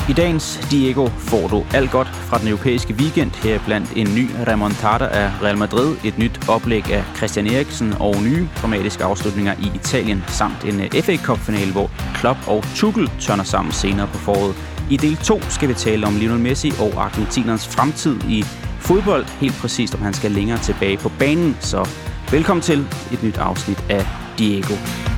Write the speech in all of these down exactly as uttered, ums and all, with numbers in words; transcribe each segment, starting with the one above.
I dagens Diego får du alt godt fra den europæiske weekend, her blandt en ny remontada af Real Madrid, et nyt oplæg af Christian Eriksen og nye dramatiske afslutninger i Italien, samt en F A Cup-finale, hvor Klopp og Tuchel tørner sammen senere på foråret. I del to skal vi tale om Lionel Messi og argentinernes fremtid i fodbold, helt præcist om han skal længere tilbage på banen. Så velkommen til et nyt afsnit af Diego.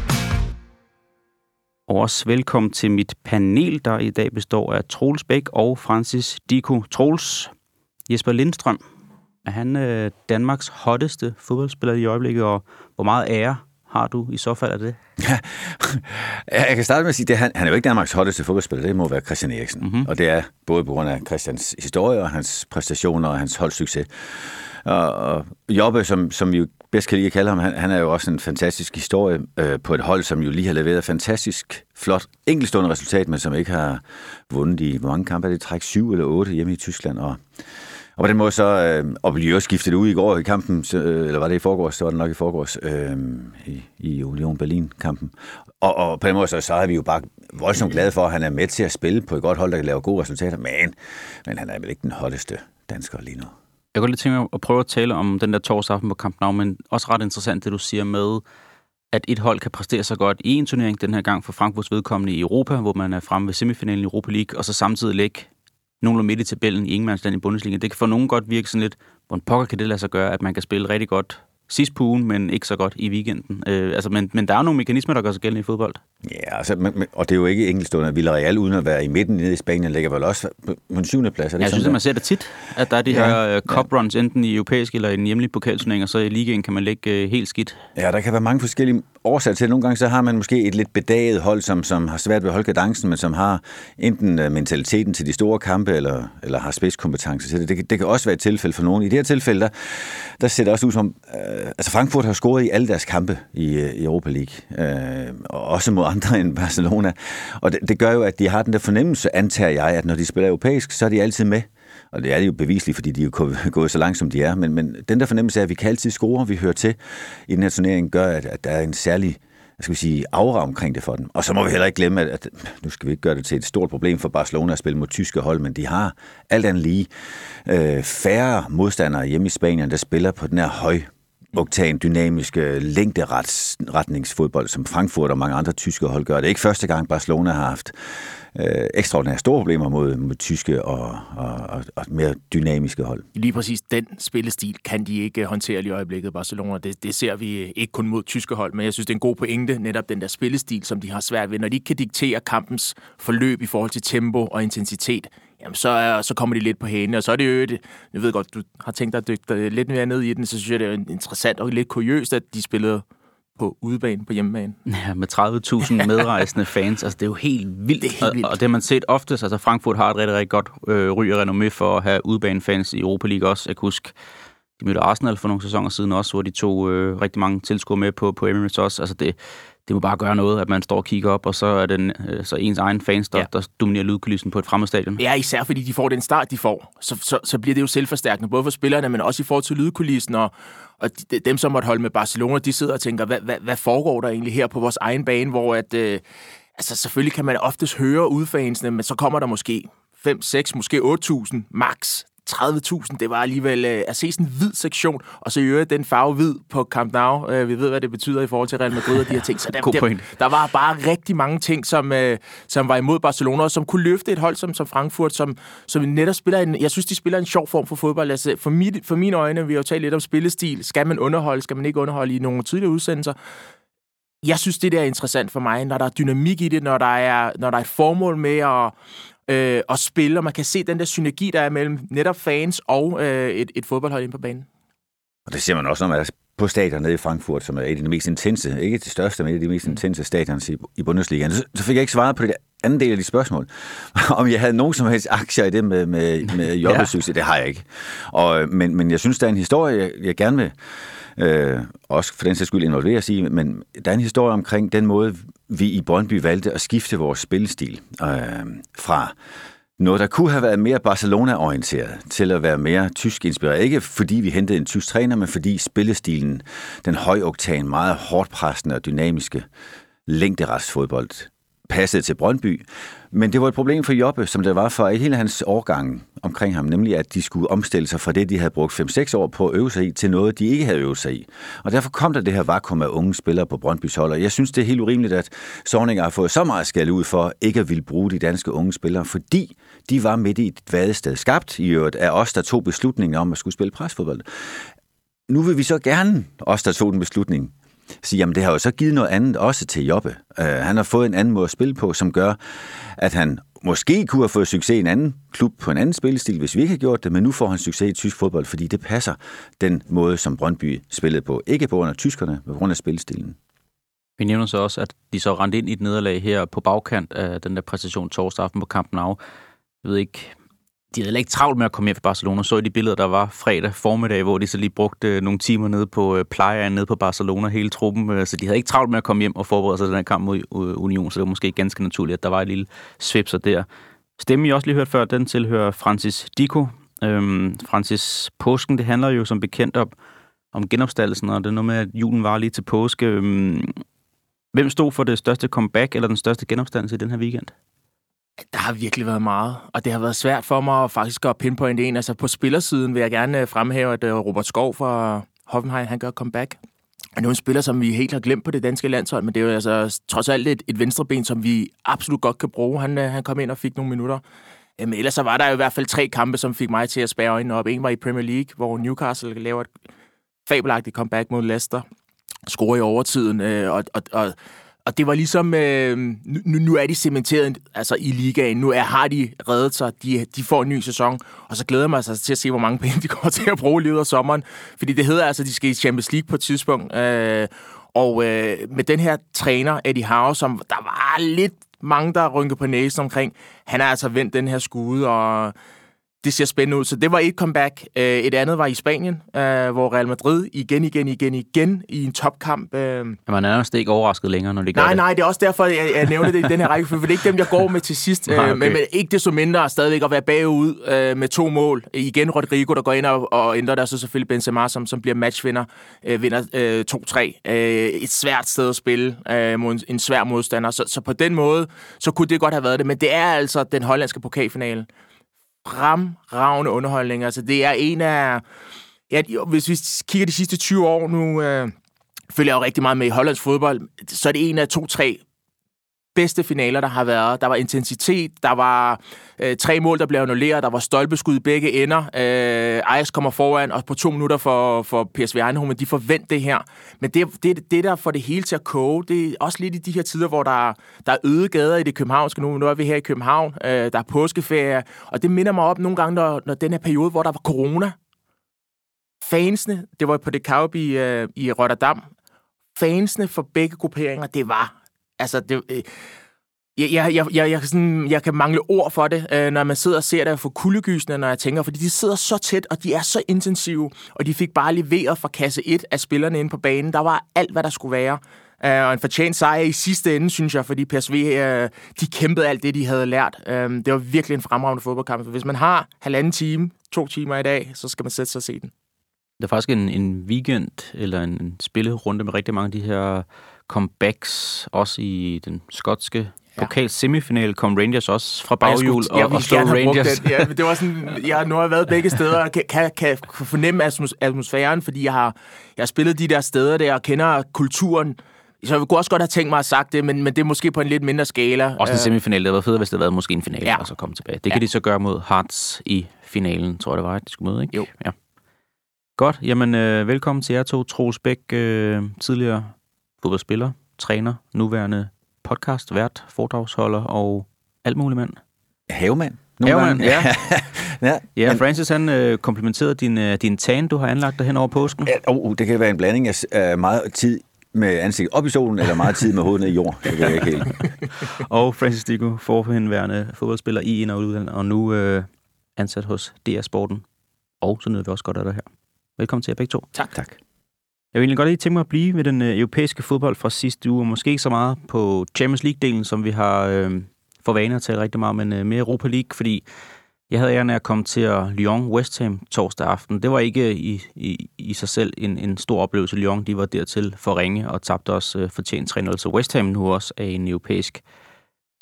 Og også velkommen til mit panel, der i dag består af Troels Bæk og Francis Dicko. Troels, Jesper Lindstrøm, er han øh, Danmarks hotteste fodboldspiller i øjeblikket, og hvor meget ære har du i så fald af det? Ja, jeg kan starte med at sige, at han, han er jo ikke Danmarks hotteste fodboldspiller, det må være Christian Eriksen. Mm-hmm. Og det er både på grund af Christians historie og hans præstationer og hans holdsucces. Og, og Jobbe, som, som vi jo bedst kan lide at kalde ham, han, han er jo også en fantastisk historie øh, på et hold, som jo lige har leveret fantastisk flot enkeltstående resultat, men som ikke har vundet i, hvor mange kampe er det, træk syv eller otte hjemme i Tyskland. Og, og på den måde så, øh, og blev jo skiftet ud i går i kampen, så, øh, eller var det i forgårs, så var det nok i forgårs, øh, i, i Union Berlin-kampen. Og, og på den måde så, så er vi jo bare voldsomt glade for, at han er med til at spille på et godt hold, der kan lave gode resultater, men, men han er vel ikke den hotteste dansker lige nu. Jeg kunne lige tænke mig at prøve at tale om den der torsdag aften på Camp Nou, men også ret interessant det, du siger med, at et hold kan præstere så godt i en turnering, den her gang for Frankfurts vedkommende i Europa, hvor man er fremme ved semifinalen i Europa League, og så samtidig lægge nogenlunde midt i tabellen i ingenmandsland i Bundesliga. Det kan for nogen godt virke sådan lidt, hvor en pokker kan det lade sig gøre, at man kan spille rigtig godt sidst på ugen, men ikke så godt i weekenden. Øh, altså, men, men der er jo nogle mekanismer, der gør sig gældende i fodbold. Ja, altså, men, og det er jo ikke enkeltstående. Villarreal, uden at være i midten nede i Spanien, ligger vel også på en syvende plads. Er det ja, jeg synes, at man ser det tit, at der er de ja, her uh, cup ja. runs, enten i europæisk eller i en hjemlig pokalturnering, og så i ligaen kan man lægge uh, helt skidt. Ja, der kan være mange forskellige årsager til. Nogle gange så har man måske et lidt bedaget hold, som, som har svært ved at holde kadencen, men som har enten uh, mentaliteten til de store kampe, eller, eller har spidskompetence til det. Det, det kan også være et tilfælde for nogen. I det her tilfælde, der, der ser det også ud som... Uh, altså Frankfurt har scoret i alle deres kampe i, i Europa League, uh, og også mod andre end Barcelona. Og det, det gør jo, at de har den der fornemmelse, antager jeg, at når de spiller europæisk, så er de altid med. Og det er det jo bevisligt, fordi de er jo gået så langt, som de er. Men, men den der fornemmelse af, at vi kan altid score, vi hører til i den her turnering, gør, at, at der er en særlig, hvad skal vi sige, aura omkring det for dem. Og så må vi heller ikke glemme, at, at nu skal vi ikke gøre det til et stort problem for Barcelona at spille mod tyske hold, men de har alt andet lige øh, færre modstandere hjemme i Spanien, der spiller på den her høj oktan, dynamiske længderetningsfodbold, som Frankfurt og mange andre tyske hold gør. Det er ikke første gang, Barcelona har haft øh, ekstraordinære store problemer mod, mod tyske og, og, og mere dynamiske hold. Lige præcis den spillestil kan de ikke håndtere lige i øjeblikket, Barcelona. Det, det ser vi ikke kun mod tyske hold, men jeg synes, det er en god pointe, netop den der spillestil, som de har svært ved. Når de ikke kan diktere kampens forløb i forhold til tempo og intensitet, jamen så, er, så kommer de lidt på hælene, og så er det jo et, jeg ved godt, du har tænkt dig at dykke lidt mere ned i den, så synes jeg, det er interessant og lidt kuriøst, at de spillede på udebane, på hjemmebane. Ja, med tredive tusind medrejsende fans, altså det er jo helt vildt. Det er helt vildt. Og, og det har man set oftest, altså Frankfurt har et rigtig, rigtig godt øh, ry og renommé for at have udebanefans i Europa League også. Jeg kan huske, de mødte Arsenal for nogle sæsoner siden også, hvor de tog øh, rigtig mange tilskuere med på, på Emirates også. Altså det, det må bare gøre noget, at man står og kigger op, og så er det øh, så ens egen fans, der, ja. der dominerer lydkulissen på et fremmedstadion. Ja, især fordi de får den start, de får. Så, så, så bliver det jo selvforstærkende, både for spillerne, men også i forhold til lydkulissen. Og, og de, dem, som måtte holde med Barcelona, de sidder og tænker, hvad, hvad, hvad foregår der egentlig her på vores egen bane, hvor at, øh, altså selvfølgelig kan man oftest høre udfansene, men så kommer der måske fem, seks, måske otte tusind max. tredive tusind, det var alligevel øh, at se sådan en hvid sektion, og så i øvrigt den farve hvid på Camp Nou. Øh, vi ved, hvad det betyder i forhold til Real Madrid og de her ting. Så der, der, der var bare rigtig mange ting, som, øh, som var imod Barcelona, og som kunne løfte et hold som, som Frankfurt, som, som netop spiller en, jeg synes, de spiller en sjov form for fodbold. Altså, for, mit, for mine øjne, vi har jo talt lidt om spillestil. Skal man underholde, skal man ikke underholde i nogle tidligere udsendelser? Jeg synes, det der er interessant for mig, når der er dynamik i det, når der er, når der er et formål med at Øh, og spille, og man kan se den der synergi, der er mellem netop fans og øh, et, et fodboldhold inde på banen. Og det ser man også, når man er på stadion nede i Frankfurt, som er et af de mest intense, ikke det største, men et af de mest intense stadions i, i Bundesligaen. Så, så fik jeg ikke svaret på det anden del af de spørgsmål. Om jeg havde nogen som helst aktier i det med, med, med jobbesøgelse, ja. Det har jeg ikke. Og, men, men jeg synes, der er en historie, jeg, jeg gerne vil øh, også for den sags skyld involvere sig i, men der er en historie omkring den måde, vi i Brøndby valgte at skifte vores spillestil øh, fra noget, der kunne have været mere Barcelona-orienteret, til at være mere tysk-inspireret. Ikke fordi vi hentede en tysk træner, men fordi spillestilen, den højoktan, meget hårdt pressende og dynamiske længderetsfodbold, passede til Brøndby. Men det var et problem for Jobbe, som det var for hele hans årgang omkring ham, nemlig at de skulle omstille sig fra det, de havde brugt fem seks år på at øve sig i, til noget, de ikke havde øvet sig i. Og derfor kom der det her vakuum af unge spillere på Brøndbys hold, og jeg synes, det er helt urimeligt, at Zorniger har fået så meget skæld ud for ikke at ville bruge de danske unge spillere, fordi de var midt i et vadested, skabt i øvrigt af os, der tog beslutningen om at skulle spille presfodbold. Nu vil vi så gerne, os der tog den beslutning, sige, jamen det har jo så givet noget andet også til Jobbe. Uh, han har fået en anden måde at spille på, som gør, at han måske kunne have fået succes i en anden klub på en anden spillestil, hvis vi ikke har gjort det, men nu får han succes i tysk fodbold, fordi det passer den måde, som Brøndby spillede på. Ikke på grund af tyskerne, men på grund af spillestilen. Vi nævner så også, at de så rendte ind i et nederlag her på bagkant af den der præstation torsdag aften på Camp Nou. Jeg ved ikke, de havde ikke travlt med at komme hjem fra Barcelona. Så i de billeder, der var fredag formiddag, hvor de så lige brugte nogle timer nede på plejen, nede på Barcelona, hele truppen. Så de havde ikke travlt med at komme hjem og forberede sig til den her kamp mod Union, så det var måske ganske naturligt, at der var et lille svipser der. Stemmen, I også lige hørt før, den tilhører Francis Dicko. Øhm, Francis, påsken, det handler jo som bekendt om, om genopstaldelsen, og det er noget med, at julen var lige til påske. Øhm, hvem stod for det største comeback eller den største genopstandelse i den her weekend? Der har virkelig været meget, og det har været svært for mig at faktisk at pinpointe en. Altså på spillersiden vil jeg gerne fremhæve, at Robert Skov fra Hoffenheim, han gør comeback. Og det er en spiller, som vi helt har glemt på det danske landshold, men det er jo altså trods alt et, et venstreben, som vi absolut godt kan bruge. Han, han kom ind og fik nogle minutter. Men ellers så var der jo i hvert fald tre kampe, som fik mig til at spærre øjnene op. En var i Premier League, hvor Newcastle laver et fabelagtigt comeback mod Leicester. Scorer i overtiden, og, og, og Og det var ligesom, øh, nu, nu er de cementeret altså i ligaen, nu er, har de reddet sig, de, de får en ny sæson, og så glæder jeg mig altså til at se, hvor mange penge de kommer til at bruge i løbet af sommeren, fordi det hedder altså, at de skal i Champions League på et tidspunkt, øh, og øh, med den her træner, Eddie Howe, som der var lidt mange, der rynkede på næsen omkring, han har altså vendt den her skude, og det ser spændende ud. Så det var et comeback. Et andet var i Spanien, hvor Real Madrid igen, igen, igen, igen i en topkamp. Man er nærmest ikke overrasket længere, når de gør nej, det. Nej, det er også derfor, jeg, jeg nævner det i den her række, for det er ikke dem, jeg går med til sidst. Nej, okay. men, men ikke desto mindre stadigvæk at være bagud med to mål. Igen Rodrigo, der går ind og, og ændrer der, så selvfølgelig Benzema, som, som bliver matchvinder, øh, vinder øh, to tre. Øh, et svært sted at spille øh, mod en, en svær modstander. Så, så på den måde, så kunne det godt have været det. Men det er altså den hollandske pokalfinale. Fremragende underholdning. Altså, det er en af... Ja, hvis vi kigger de sidste tyve år nu, øh, følger jeg jo rigtig meget med i hollandsk fodbold, så er det en af to-tre bedste finaler, der har været. Der var intensitet, der var øh, tre mål, der blev annulleret, der var stolpeskud i begge ender. Øh, Ajax kommer foran, og på to minutter for, for P S V Eindhoven, men de forventer det her. Men det, det, det, der får det hele til at koge, det er også lidt i de her tider, hvor der, der er øde gader i det københavnske. Nu, nu er vi her i København, øh, der er påskeferie, og det minder mig op nogle gange, når, når den her periode, hvor der var corona. Fansene, det var på det Kaubi øh, i Rotterdam, fansene for begge grupperinger, det var altså, det, øh, jeg, jeg, jeg, jeg, jeg, sådan, jeg kan mangle ord for det, øh, når man sidder og ser det og får kuldegysene, når jeg tænker, fordi de sidder så tæt, og de er så intensive, og de fik bare leveret fra kasse et af spillerne inde på banen. Der var alt, hvad der skulle være. Øh, og en fortjent sejr i sidste ende, synes jeg, fordi P S V, øh, de kæmpede alt det, de havde lært. Øh, det var virkelig en fremragende fodboldkamp. Hvis man har halvanden time, to timer i dag, så skal man sætte sig og se den. Det er faktisk en, en weekend, eller en, en spillerunde med rigtig mange af de her comebacks, også i den skotske ja. Pokal semifinal kom Rangers også fra baghjul og, og, og slog Rangers. Ja, det var sådan, jeg nu har været begge steder og kan, kan, kan fornemme atmosfæren, fordi jeg har, jeg har spillet de der steder der og kender kulturen. Så jeg kunne også godt have tænkt mig at sagt det, men, men det er måske på en lidt mindre skala. Også en semifinal, det var fedt, hvis det havde været måske en finale, ja. Og så komme tilbage. Det kan ja. De så gøre mod Hearts i finalen, tror jeg det var, at de skulle møde, ikke? Jo. Ja. Godt, jamen øh, velkommen til jer to. Troels Bæk, øh, tidligere fodboldspiller, træner, nuværende podcast, vært, foredragsholder og alt muligt mand. Havemand. Havemand, ja. ja. Ja, Francis, han øh, komplimenterede din, øh, din tan, du har anlagt dig hen over påsken. Ja, oh, det kan være en blanding af uh, meget tid med ansigt op i solen, eller meget tid med hovedet ned i jord. Det kan jeg ikke helt. Og Francis Dicko, forhenværende fodboldspiller i ind- og udland, og nu øh, ansat hos D R Sporten. Og så nyder vi også godt af dig her. Velkommen til jer begge to. Tak. tak. Jeg vil egentlig godt lige tænke mig at blive ved den øh, europæiske fodbold fra sidste uge, og måske ikke så meget på Champions League-delen, som vi har øh, for vane at tale rigtig meget, men øh, mere Europa League, fordi jeg havde æren af at komme til Lyon West Ham torsdag aften. Det var ikke i, i, i sig selv en, en stor oplevelse. Lyon, de var dertil for ringe og tabte også øh, fortjent tre nul, så West Ham nu også er en europæisk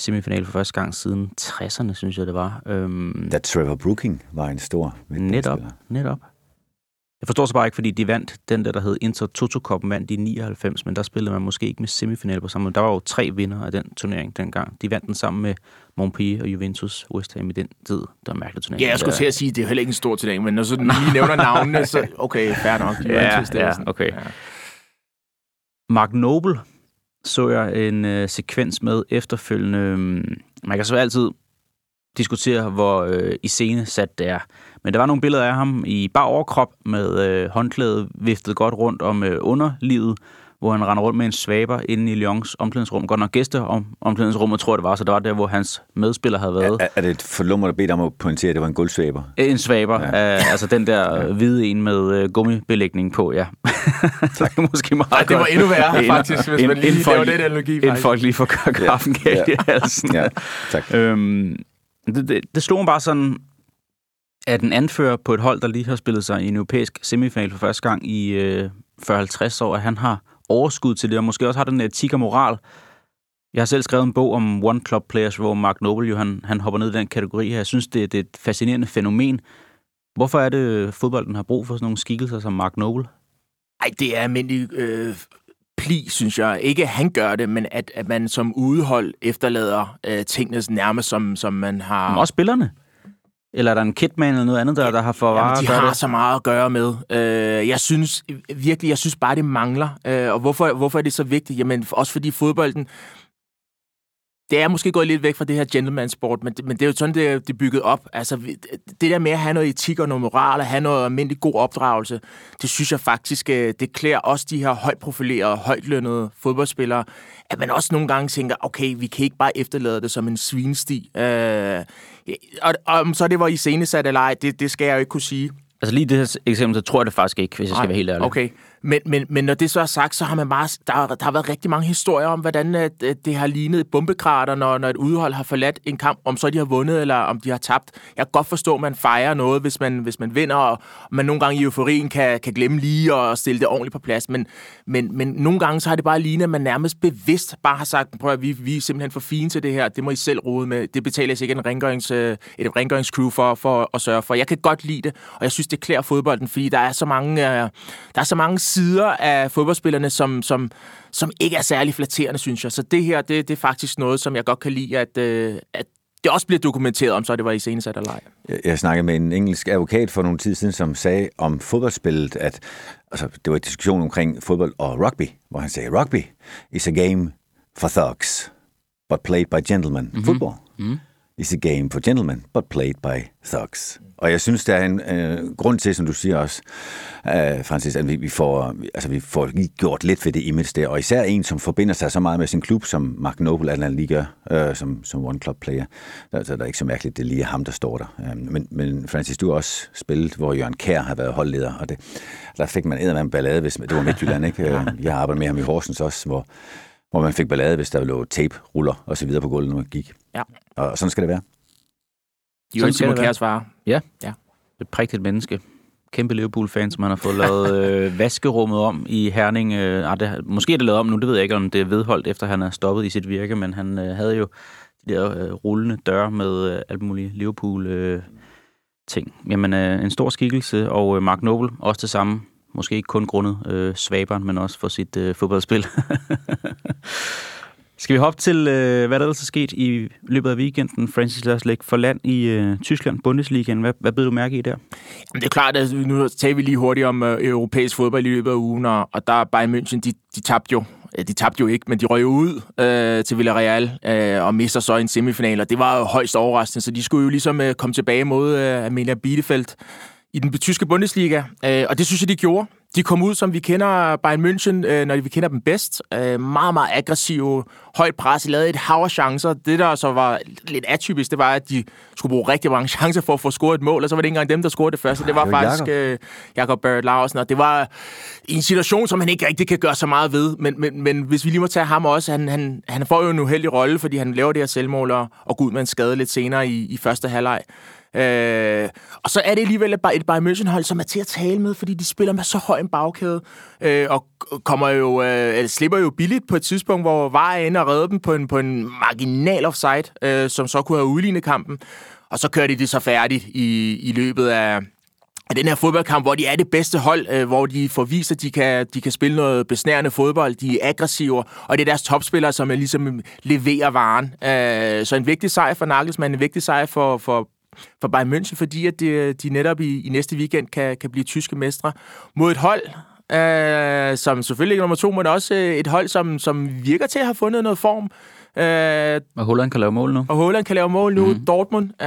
semifinal for første gang siden tresserne, synes jeg, det var. Øhm, da Trevor Brooking var en stor netop, netop. Jeg forstår så bare ikke, fordi de vandt den der, der hed Inter Toto Cup, vandt i nioghalvfems, men der spillede man måske ikke med semifinal på samme måde. Der var jo tre vinder af den turnering dengang. De vandt den sammen med Montpellier og Juventus, West Ham i den tid. Det var en mærkelig turnering. Ja, jeg skulle til at sige, at det er heller ikke en stor turnering, men når så lige nævner navnene, så okay, fair nok. Ja, ja, okay. Ja. Mark Noble så jeg en øh, sekvens med efterfølgende. Man kan så altid diskutere, hvor øh, iscenesat det er. Men der var nogle billeder af ham i bar overkrop med øh, håndklædet viftet godt rundt om øh, underlivet, hvor han render rundt med en svaber inde i Lyons omklædningsrum. Godt nok gæster om omklædningsrummet, tror jeg det var, så det var der, hvor hans medspiller havde været. Er, er det et forlummer, der bedte om at pointere, at det var en guldsvaber? En svaber, ja. uh, altså den der ja. hvide en med uh, gummibelægning på, ja. Tak. Måske meget Ej, det var endnu værre, faktisk, hvis en, man lige laver lidt analogi. Inden folk lige får kaffen galt ja. i halsen. Ja, tak. Øhm, det, det, det slog mig bare sådan, at en anfører på et hold, der lige har spillet sig i en europæisk semifinal for første gang i øh, fyrre halvtreds år, at han har overskud til det, og måske også har den etik og moral. Jeg har selv skrevet en bog om One Club Players, hvor Mark Noble jo, han, han hopper ned i den kategori her. Jeg synes, det, det er et fascinerende fænomen. Hvorfor er det, fodbolden har brug for sådan nogle skikkelser som Mark Noble? Ej, det er almindelig øh, pli, synes jeg. Ikke at han gør det, men at, at man som udehold efterlader øh, tingene nærmest, som, som man har... Men også spillerne? Eller er der en kitman eller noget andet, der, der har forvaret? Ja, de har det? Så meget at gøre med. Øh, jeg synes virkelig, jeg synes bare, det mangler. Øh, og hvorfor, hvorfor er det så vigtigt? Jamen, også fordi fodbolden, det er måske gået lidt væk fra det her gentleman-sport, men det, men det er jo sådan, det er, det er bygget op. Altså, det der med at have noget etik og noget moral, og have noget almindelig god opdragelse, det synes jeg faktisk, det klæder også de her højt profilerede, højtlønnede fodboldspillere, at man også nogle gange tænker, okay, vi kan ikke bare efterlade det som en svinesti. Øh, og, og om så det var iscenesat eller ej, det, det skal jeg jo ikke kunne sige. Altså lige det her eksempel, så tror jeg det faktisk ikke, hvis jeg skal være helt ærlig. Okay, men, men, men når det så er sagt, så har man bare, der, der har været rigtig mange historier om, hvordan at, at det har lignet et bombekrater, når, når et udhold har forladt en kamp, om så de har vundet, eller om de har tabt. Jeg kan godt forstå, at man fejrer noget, hvis man, hvis man vinder, og man nogle gange i euforien kan, kan glemme lige og stille det ordentligt på plads. Men, men, men nogle gange så har det bare lignet, at man nærmest bevidst bare har sagt, prøv at vi, vi er simpelthen for fine til det her, det må I selv rode med. Det betaler sig ikke en rengørings, et rengøringscrew for, for at sørge for. Jeg kan godt lide det, og jeg synes, det klæder fodbolden, fordi der er så mange, der er så mange sider af fodboldspillerne, som, som, som ikke er særlig flatterende, synes jeg. Så det her, det, det er faktisk noget, som jeg godt kan lide, at, at det også bliver dokumenteret, om så det var iscenesat eller ej. Jeg, jeg snakkede med en engelsk advokat for nogle tid siden, som sagde om fodboldspillet, at altså, det var en diskussion omkring fodbold og rugby, hvor han sagde, rugby is a game for thugs, but played by gentlemen. Mm-hmm. Football mm-hmm. is a game for gentlemen, but played by thugs. Og jeg synes, der er en øh, grund til, som du siger også, øh, Francis, at vi, vi, får, altså, vi får lige gjort lidt ved det image der. Og især en, som forbinder sig så meget med sin klub, som Mark Noble, at han lige gør, øh, som, som One Club Player. Der, så der er ikke så mærkeligt, det er lige ham, der står der. Øh, men, men Francis, du har også spillet, hvor Jørgen Kjær har været holdleder, og det, der fik man eddermame ballade, hvis det var Midtjylland, ikke? Jeg har arbejdet med ham i Horsens også, hvor, hvor man fik ballade, hvis der lå tape-ruller og så videre på gulvet, når man gik. Ja. Og, og sådan skal det være. Jørgen Simon Kjærs far. Ja, ja. Et prægtigt menneske. Kæmpe Liverpool-fan, som han har fået lavet øh, vaskerummet om i Herning. Øh, ah, det, måske er det lavet om nu, det ved jeg ikke, om det er vedholdt, efter han er stoppet i sit virke, men han øh, havde jo de der øh, rullende døre med øh, alt muligt Liverpool-ting. Øh, Jamen, øh, en stor skikkelse, og øh, Mark Noble også det samme. Måske ikke kun grundet øh, svaberen, men også for sit øh, fodboldspil. Skal vi hoppe til, øh, hvad der ellers er sket i løbet af weekenden? Francis, lad os lægge for land i øh, Tyskland, Bundesligaen. Hvad, hvad bed du mærke i der? Jamen, det er klart, at nu tager vi lige hurtigt om øh, europæisk fodbold i løbet af ugen, og, og der er Bayern München, de, de tabte jo. De tabte jo ikke, men de røg ud øh, til Villarreal øh, og mister så en semifinal, og det var jo højst overraskende, så de skulle jo ligesom øh, komme tilbage mod øh, Arminia Bielefeld i den tyske Bundesliga, øh, og det synes jeg, de gjorde. De kom ud, som vi kender Bayern München, øh, når vi kender dem bedst. Øh, meget, meget aggressive, højt pres. De lavede et hav af chancer. Det, der så var lidt atypisk, det var, at de skulle bruge rigtig mange chancer for at få scoret et mål, og så var det ikke engang dem, der scorede det første. Det var, det var faktisk øh, Jakob Barrett Larsen, og det var en situation, som han ikke rigtig kan gøre så meget ved. Men, men, men hvis vi lige må tage ham også, han, han, han får jo en uheldig rolle, fordi han laver det her selvmål og, og går ud med en skade lidt senere i, i første halvleg. Øh, og så er det alligevel bare et Bayern München-hold, som er til at tale med, fordi de spiller med så høj en bagkæde, øh, og kommer jo, øh, slipper jo billigt på et tidspunkt, hvor V A R er inde og redder dem på en, på en marginal offside, øh, som så kunne have udlignet kampen. Og så kører de det så færdigt i, i løbet af, af den her fodboldkamp, hvor de er det bedste hold, øh, hvor de får vist, at de kan, de kan spille noget besnærende fodbold, de er aggressive, og det er deres topspillere, som ligesom leverer varen. Øh, så en vigtig sejr for Nagelsmann, en vigtig sejr for, for, for Bayern München, fordi at de, de netop i, i næste weekend kan, kan blive tyske mestre mod et hold, øh, som selvfølgelig ikke er nummer to, men også et hold, som, som virker til at have fundet noget form. Øh, og Haaland kan lave mål nu. Og Haaland kan lave mål nu. Mm. Dortmund.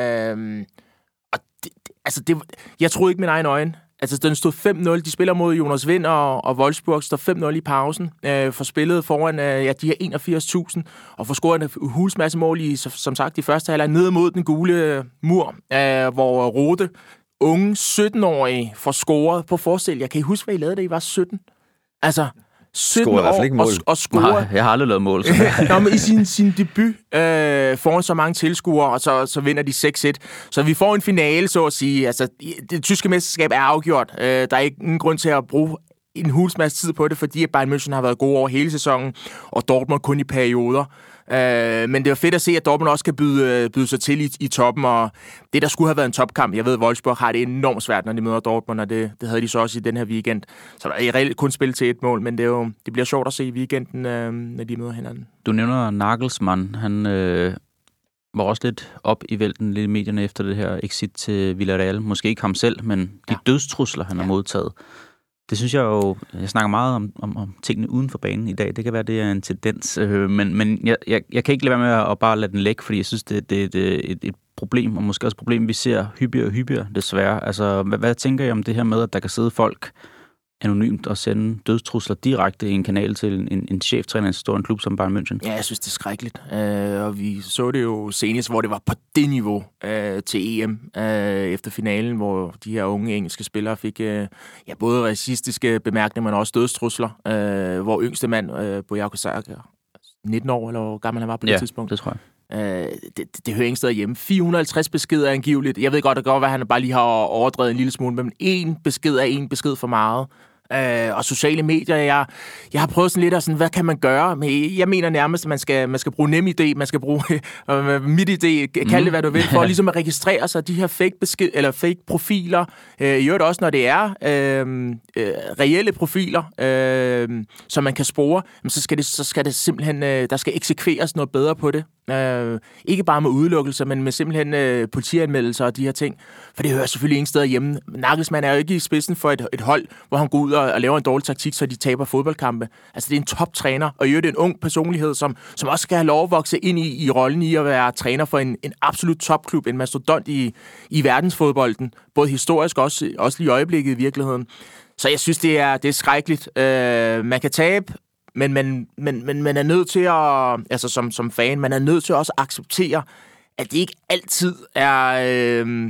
Øh, og det, altså det, jeg troede ikke mine egne øjne. Altså, den stod fem nul. De spiller mod Jonas Vind og, og Wolfsburg. Står fem nul i pausen. Øh, får spillet foran øh, ja, de her enogfirs tusind. Og får scoret en hulsmasse mål i, som sagt, i første halvleg ned mod den gule mur. Øh, hvor Rode, unge sytten-årige, får scoret på forestil. Jeg kan I huske, hvad I lavede, da I var sytten? Altså... sytten år og, og score. Nej, jeg har aldrig lavet mål. Nå, men i sin, sin debut øh, foran så mange tilskuere, og så, så vinder de seks et. Så vi får en finale, så at sige. Altså, det tyske mesterskab er afgjort. Øh, der er ikke ingen grund til at bruge en hulsmasse tid på det, fordi Bayern München har været gode over hele sæsonen, og Dortmund kun i perioder. Øh, men det er fedt at se, at Dortmund også kan byde, byde sig til i, i toppen, og det, der skulle have været en topkamp, jeg ved, Wolfsburg har det enormt svært, når de møder Dortmund, og det, det havde de så også i den her weekend. Så der er reelt kun spillet til et mål, men det, er jo, det bliver sjovt at se i weekenden, øh, når de møder hinanden. Du nævner Nagelsmann, han øh, var også lidt op i vælten lidt i medierne efter det her exit til Villarreal. Måske ikke ham selv, men de ja. dødstrusler, han ja. har modtaget. Det synes jeg jo, jeg snakker meget om, om, om tingene uden for banen i dag. Det kan være, det er en tendens, øh, men, men jeg, jeg, jeg kan ikke lade være med at bare lade den lægge, fordi jeg synes, det, det, det er et, et problem, og måske også et problem, vi ser hyppigere og hyppigere, desværre. Altså, hvad, hvad tænker I om det her med, at der kan sidde folk anonymt og sende dødstrusler direkte i en kanal til en, en cheftræner i en stor klub som Bayern München? Ja, jeg synes, det er skrækkeligt. Øh, og vi så det jo senest, hvor det var på det niveau øh, til E M øh, efter finalen, hvor de her unge engelske spillere fik øh, ja, både racistiske bemærkninger, men også dødstrusler, øh, hvor yngste mand, øh, Bukayo Saka, nitten år, eller hvor gammel han var på det ja, tidspunkt. det tror jeg. Uh, det, det, det hører ingen steder hjemme. fire hundrede og halvtreds beskeder er angiveligt. Jeg ved godt, det går, at han bare lige har overdrevet en lille smule, men én besked er en besked for meget. Uh, og sociale medier, jeg, jeg har prøvet sådan lidt af sådan, hvad kan man gøre? Men jeg mener nærmest, at man skal, man skal bruge NemID, man skal bruge uh, MitID, kald det hvad du vil, for ligesom at registrere sig de her fake besked, eller fake profiler. Uh, I øvrigt også, når det er uh, uh, reelle profiler, uh, som man kan spore, så skal det, så skal det simpelthen, uh, der skal eksekveres noget bedre på det. Uh, ikke bare med udelukkelser, men med simpelthen uh, politianmeldelser og de her ting. For det hører selvfølgelig ingen steder hjemme. Nagelsmann er jo ikke i spidsen for et, et hold, hvor han går ud og, og laver en dårlig taktik, så de taber fodboldkampe. Altså, det er en toptræner, og i øvrigt en ung personlighed, som, som også skal have lov at vokse ind i, i rollen i at være træner for en, en absolut topklub, en mastodont i, i verdensfodbolden, både historisk og også, også lige i øjeblikket i virkeligheden. Så jeg synes, det er, det er skrækkeligt. Uh, man kan tabe, men, men, men, men man er nødt til at, altså som, som fan, man er nødt til at også acceptere, at det ikke altid er, øh,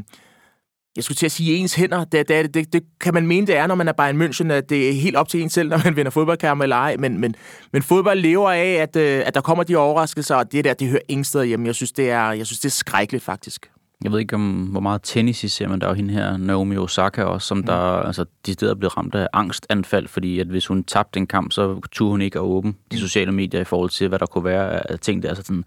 jeg skulle til at sige ens hænder. Det, det, det, det kan man mene, det er, når man er Bayern München, at det er helt op til en selv, når man vinder fodboldkampe eller ej. Men, men, men fodbold lever af, at, at der kommer de overraskelser, og det der, det hører ingen steder hjemme. Jeg synes, det er, jeg synes, det er skrækkeligt, faktisk. Jeg ved ikke, om hvor meget tennis I ser, men der er jo hende her, Naomi Osaka også, som mm. der altså, de steder er blevet ramt af angstanfald, fordi at hvis hun tabte en kamp, så turde hun ikke at åbne de sociale medier i forhold til, hvad der kunne være af ting der. Altså sådan,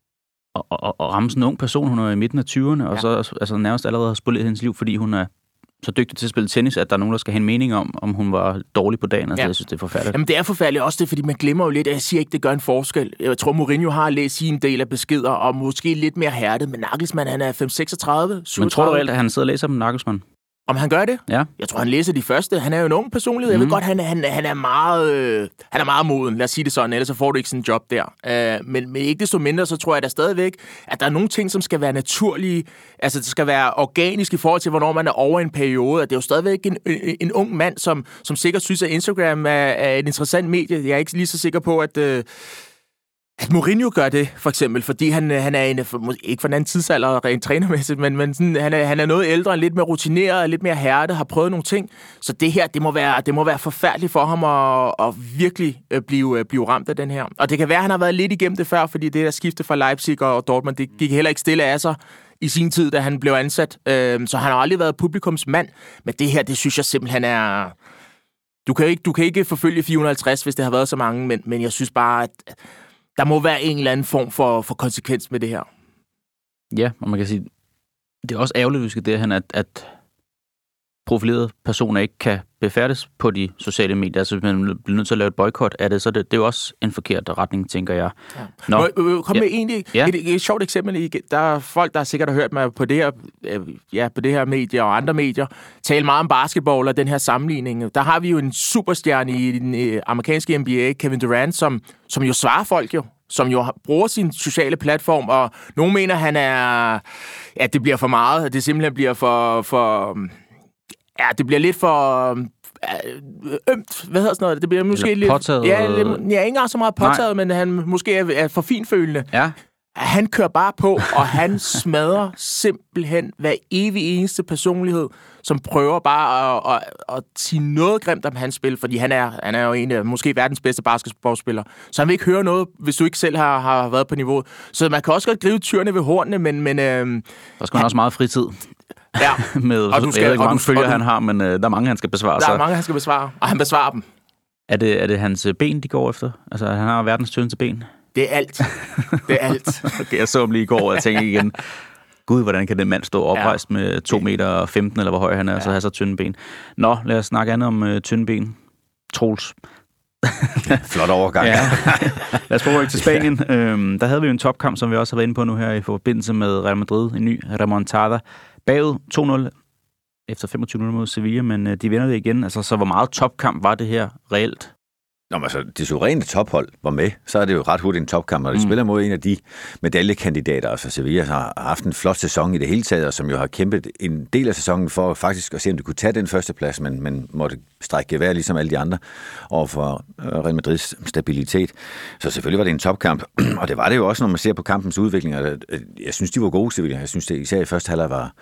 og, og, og ramme sådan en ung person, hun er i midten af tyverne, og ja. så altså, nærmest allerede har spillet hendes liv, fordi hun er så dygtig til at spille tennis, at der er nogen, der skal have en mening om, om hun var dårlig på dagen. Altså, ja. Jeg synes, det er forfærdeligt. Jamen, det er forfærdeligt også det, fordi man glemmer jo lidt, at jeg siger ikke, det gør en forskel. Jeg tror, Mourinho har læst sin del af beskeder, og måske lidt mere hærdet, men Nagelsmann, han er fem seksogtredive, syvogtredive. Men tror du reelt, at han sidder og læser om Nagelsmann? Om han gør det? Ja. Jeg tror, han læser de første. Han er jo en ung personlighed. Jeg mm. ved godt, han, han, han, er meget, øh, han er meget moden. Lad os sige det sådan, ellers så får du ikke sådan en job der. Øh, men, men ikke desto mindre, så tror jeg da stadigvæk, at der er nogle ting, som skal være naturlige. Altså, det skal være organisk i forhold til, hvornår man er over en periode. At det er jo stadigvæk en, en, en ung mand, som, som sikkert synes, at Instagram er, er et interessant medie. Jeg er ikke lige så sikker på, at... Øh, At Mourinho gør det, for eksempel, fordi han, han er en, ikke for en anden tidsalder rent trænermæssigt, men, men sådan, han, er, han er noget ældre, lidt mere rutineret, lidt mere hærdet, har prøvet nogle ting. Så det her, det må være, det må være forfærdeligt for ham at, at virkelig blive, blive ramt af den her. Og det kan være, at han har været lidt igennem det før, fordi det der skifte fra Leipzig og Dortmund, det gik heller ikke stille af sig i sin tid, da han blev ansat. Øh, så han har aldrig været publikumsmand. Men det her, det synes jeg simpelthen er... Du kan ikke, du kan ikke forfølge fire hundrede og halvtreds, hvis det har været så mange, men, men jeg synes bare, at der må være en eller anden form for, for konsekvens med det her. Ja, og man kan sige, det er også ærgerligt, at vi skal derhen, at, at profilerede personer ikke kan befærdes på de sociale medier. Altså, hvis man bliver nødt til at lave et boykot af det, så det, det er jo også en forkert retning, tænker jeg. Ja. Nå, Nå kom ja. med egentlig ja. et, et, et sjovt eksempel. Der er folk, der sikkert har hørt mig på det her, ja, på det her medie og andre medier, tale meget om basketball og den her sammenligning. Der har vi jo en superstjerne i den amerikanske N B A, Kevin Durant, som, som jo svarer folk jo. som jo bruger sin sociale platform, og nogen mener, han er, at det bliver for meget, at det simpelthen bliver for, for ja, det bliver lidt for ømt, hvad hedder sådan noget, det bliver måske Eller lidt... påtaget. Ja, lidt, ja, ikke engang så meget påtaget, Nej. men han måske er, er for finfølende. Ja. Han kører bare på, og han smadrer simpelthen hver evig eneste personlighed, som prøver bare at, at, at sige noget grimt om hans spil, fordi han er, han er jo en af måske verdens bedste basketballspiller. Så han vil ikke høre noget, hvis du ikke selv har, har været på niveauet. Så man kan også godt gribe tyrene ved hornene, men... men øh, der skal man også meget fritid. Ja. med, og du skal, jeg ved ikke, hvor mange følger du, han har, men øh, der er mange, han skal besvare. Der så. er mange, han skal besvare, og han besvarer dem. Er det, er det hans ben, de går efter? Altså, han har verdens tyndeste ben. Det er alt. Det er alt. Okay, jeg så ham lige i går, og jeg tænkte igen, gud, hvordan kan den mand stå oprejst ja. med to meter femten, eller hvor høj han er, ja. så have så tynde ben. Nå, lad os snakke andet om uh, tynde ben. Troels. Flot overgang. Ja. Lad os prøve ikke til Spanien. Øhm, der havde vi jo en topkamp, som vi også har været inde på nu her i forbindelse med Real Madrid. En ny remontada. Bagud to nul efter femogtyve minutter mod Sevilla, men uh, de vinder det igen. Altså, så hvor meget topkamp var det her reelt? Nå, men altså, det suveræne tophold var med, så er det jo ret hurtigt en topkamp, og de mm. spiller mod en af de medaljekandidater. Altså Sevilla har haft en flot sæson i det hele taget, og som jo har kæmpet en del af sæsonen for faktisk at se, om de kunne tage den første plads, men, men måtte strække gevær ligesom alle de andre over for Real Madrids stabilitet. Så selvfølgelig var det en topkamp, og det var det jo også, når man ser på kampens udvikling. Jeg synes, de var gode, Sevilla. Jeg synes, det især i første halvleg var...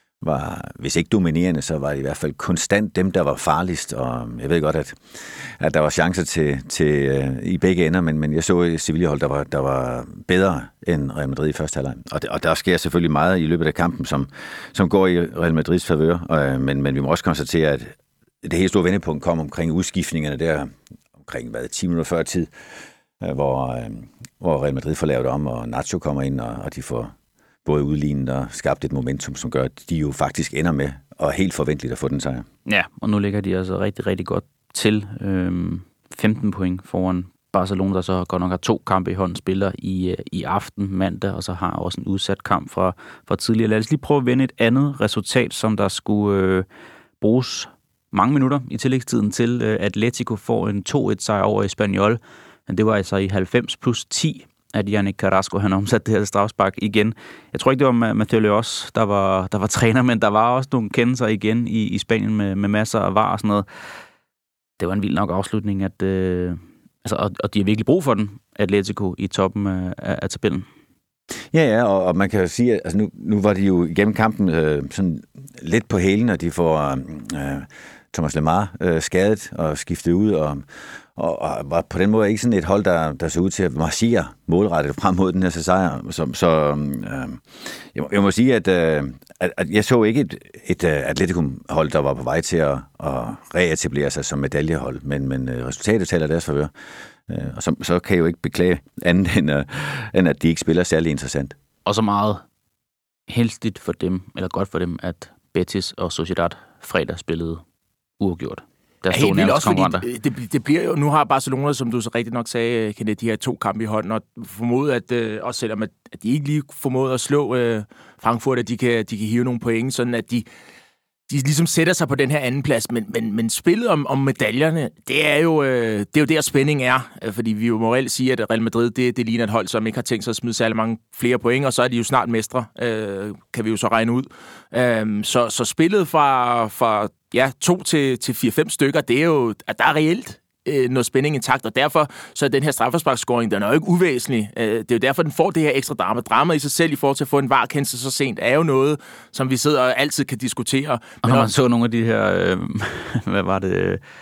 var, hvis ikke dominerende, så var det i hvert fald konstant dem, der var farligst, og jeg ved godt, at, at der var chancer til, til uh, i begge ender, men, men jeg så et Sevilla-hold, der var, der var bedre end Real Madrid i første halvleg. Og, og der sker selvfølgelig meget i løbet af kampen, som, som går i Real Madrids favør, uh, men, men vi må også konstatere, at det helt store vendepunkt kom omkring udskiftningerne der, omkring hvad, ti minutter før tid, uh, hvor, uh, hvor Real Madrid får lavet om, og Nacho kommer ind, og, og de får både udlignet og skabt et momentum, som gør, at de jo faktisk ender med, og er helt forventeligt at få den sejr. Ja, og nu ligger de altså rigtig, rigtig godt til. Øhm, femten point foran Barcelona, der så godt nok har to kampe i hånden, spiller i, i aften mandag, og så har også en udsat kamp fra, fra tidligere. Lad os lige prøve at vende et andet resultat, som der skulle øh, bruges mange minutter i tillægstiden til. Øh, Atletico får en to et sejr over Espanyol, men det var altså i halvfems plus ti, at Yannick Carrasco, han omsat det her strafspark igen. Jeg tror ikke, det var Mathieu Leos, der var, der var træner, men der var også nogle kendelser igen i, i Spanien med, med masser af var og sådan noget. Det var en vild nok afslutning, at, øh, altså, og, og de har virkelig brug for den, Atletico, i toppen af, af, af tabellen. Ja, ja, og, og man kan jo sige, at altså nu, nu var de jo igennem kampen øh, sådan lidt på hælen, og de får øh, Thomas Lemar øh, skadet og skiftet ud, og Og, og var på den måde ikke sådan et hold, der, der så ud til at marchere målrettet frem mod den her sejr. Så, så øh, jeg, må, jeg må sige, at, øh, at, at jeg så ikke et, et Atletico-hold, der var på vej til at, at reetablere sig som medaljehold, men, men resultatet taler deres favør. Øh, og så, så kan jeg jo ikke beklage andet, end, uh, end at de ikke spiller særlig interessant. Og så meget heldigt for dem, eller godt for dem, at Betis og Sociedad fredag spillede uafgjort. Der ja, helt vildt også, fordi det, det bliver jo, nu har Barcelona, som du så rigtig nok sagde, Kenneth, de her to kampe i hånden, og formodet, at øh, også selvom at, at de ikke lige formåede at slå øh, Frankfurt, at de kan, de kan hive nogle point, sådan at de, de ligesom sætter sig på den her anden plads, men, men, men spillet om, om medaljerne, det er jo øh, det er jo der spænding er, fordi vi jo morelt sige, at Real Madrid, det, det ligner et hold, som ikke har tænkt sig at smide særlig mange flere point, og så er de jo snart mestre, øh, kan vi jo så regne ud. Øh, så, så spillet fra, fra ja, to til, til fire-fem stykker, det er jo, at der er reelt øh, noget spænding intakt, og derfor så er den her straffesparkscoring, den er jo ikke uvæsentlig. Øh, det er jo derfor, den får det her ekstra drama. Drama i sig selv i forhold til at få en varkendelse så sent, er jo noget, som vi sidder og altid kan diskutere. Og når man så nogle af de her, øh, hvad var det,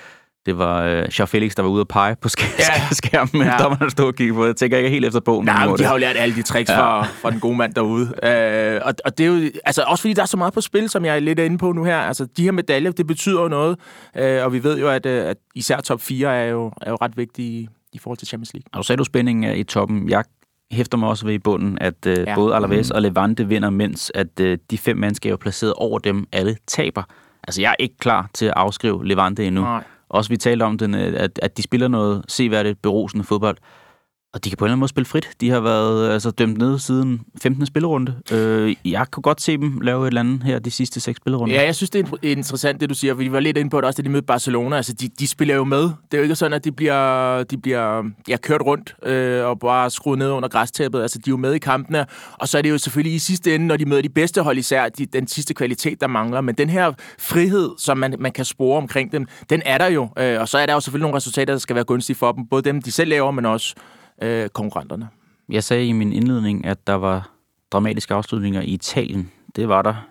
det var øh, João Felix, der var ude at pege på sk- Ja. skærmen, men Ja. dommerne stod og kiggede på det. Jeg tænker ikke helt efter bogen. Nej, men hvor de det- har jo lært alle de tricks Ja. fra, fra den gode mand derude. Øh, og, og det er jo, altså også fordi der er så meget på spil, som jeg er lidt inde på nu her. Altså de her medaljer, det betyder jo noget. Øh, og vi ved jo, at, øh, at især top fire er jo, er jo ret vigtige i, i forhold til Champions League. Og du sagde, du spændingen er i toppen. Jeg hæfter mig også ved i bunden, at øh, Ja. både Alaves og Levante vinder, mens at øh, de fem mandskaber placeret over dem alle taber. Altså, jeg er ikke klar til at afskrive Levante endnu. Nej. Også vi talte om, den, at, at de spiller noget seværdigt, berusende fodbold. Og de kan på en eller anden måde spille frit. De har været altså, dømt ned siden femtende spillerunde. Øh, jeg kunne godt se dem lave et eller andet her de sidste seks spillerunder. Ja, jeg synes, det er interessant, det du siger, for vi var lidt inde på det også, da de mødte Barcelona. Altså, de, de spiller jo med. Det er jo ikke sådan, at de bliver, de bliver ja, kørt rundt øh, og bare skruet ned under græstæppet. Altså, de er jo med i kampene, og så er det jo selvfølgelig i sidste ende, når de møder de bedste hold især, de, den sidste kvalitet, der mangler. Men den her frihed, som man, man kan spore omkring dem, den er der jo. Øh, og så er der jo selvfølgelig nogle resultater, der skal være gunstige for dem. Både dem, de selv laver, men også øh, konkurrenterne. Jeg sagde i min indledning, at der var dramatiske afslutninger i Italien. Det var der.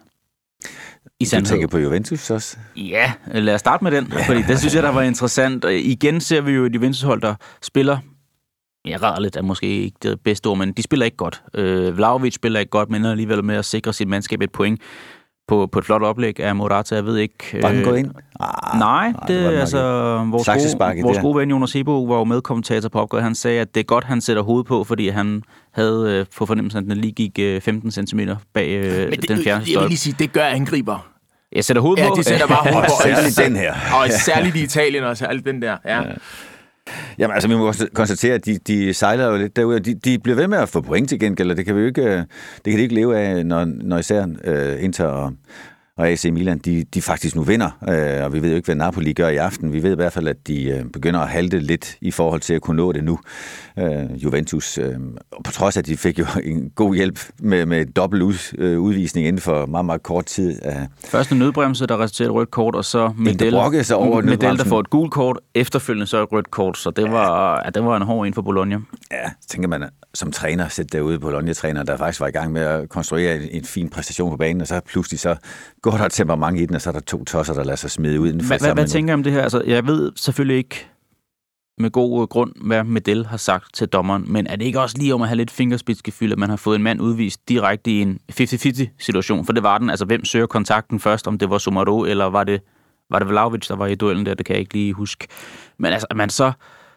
I Du tænker på Juventus også? Ja, lad os starte med den, fordi det synes jeg, der var interessant. Og igen ser vi jo et Juventus-hold, der spiller, ja, rædderligt er måske ikke det bedste ord, men de spiller ikke godt. Øh, Vlahovic spiller ikke godt, men alligevel med at sikre sit mandskab et point på, på et flot oplæg af Morata. Jeg ved ikke... Var den øh, gået ind? Ah, nej, nej, det, det var den altså, vores, gode, vores gode ven Jonas Hebo var jo medkommentator på opgøret. Han sagde, at det er godt, han sætter hovedet på, fordi han havde øh, på fornemmelsen, at den lige gik øh, femten centimeter bag øh, Men det, den fjerde jeg vil stolpe. lige sige, det gør angriber. Jeg sætter hovedet Ja, på. de sætter bare hovedet på. Særligt den her. Og særligt i Italien, og særligt den der. Ja. Ja. Jamen altså, vi må også konstatere, at de, de sejler jo lidt derude. De, de bliver ved med at få point til gengæld, og det kan vi jo ikke, det kan de ikke leve af, når, når især uh, Inter og, og A C Milan, de, de faktisk nu vinder. Uh, og vi ved jo ikke, hvad Napoli gør i aften. Vi ved i hvert fald, at de uh, begynder at halte lidt i forhold til at kunne nå det nu. Uh, Juventus, uh, på trods af, at de fik jo en god hjælp med, med dobbelt ud, uh, udvisning inden for meget, meget kort tid. Uh, Første nødbremse, der resulterer et rødt kort, og så Medel, sig over Medel, der får et gult kort, efterfølgende så et rødt kort, så det var, ja, det var en hård ind for Bologna. Ja, så tænker man som træner, sæt derude på Bologna-træner, der faktisk var i gang med at konstruere en, en fin præstation på banen, og så pludselig så går der temperament i den, og så er der to tosser, der lader sig smide ud. Hvad, hvad, hvad tænker jeg om det her? Altså, jeg ved selvfølgelig ikke med god grund, hvad Medel har sagt til dommeren, men er det ikke også lige om at have lidt fingerspidsgefyld, at man har fået en mand udvist direkte i en halvtreds halvtreds situation? For det var den. Altså, hvem søger kontakten først? Om det var Somaro, eller var det, var det Vlahovic, der var i duellen der? Det kan jeg ikke lige huske. Men altså, man så...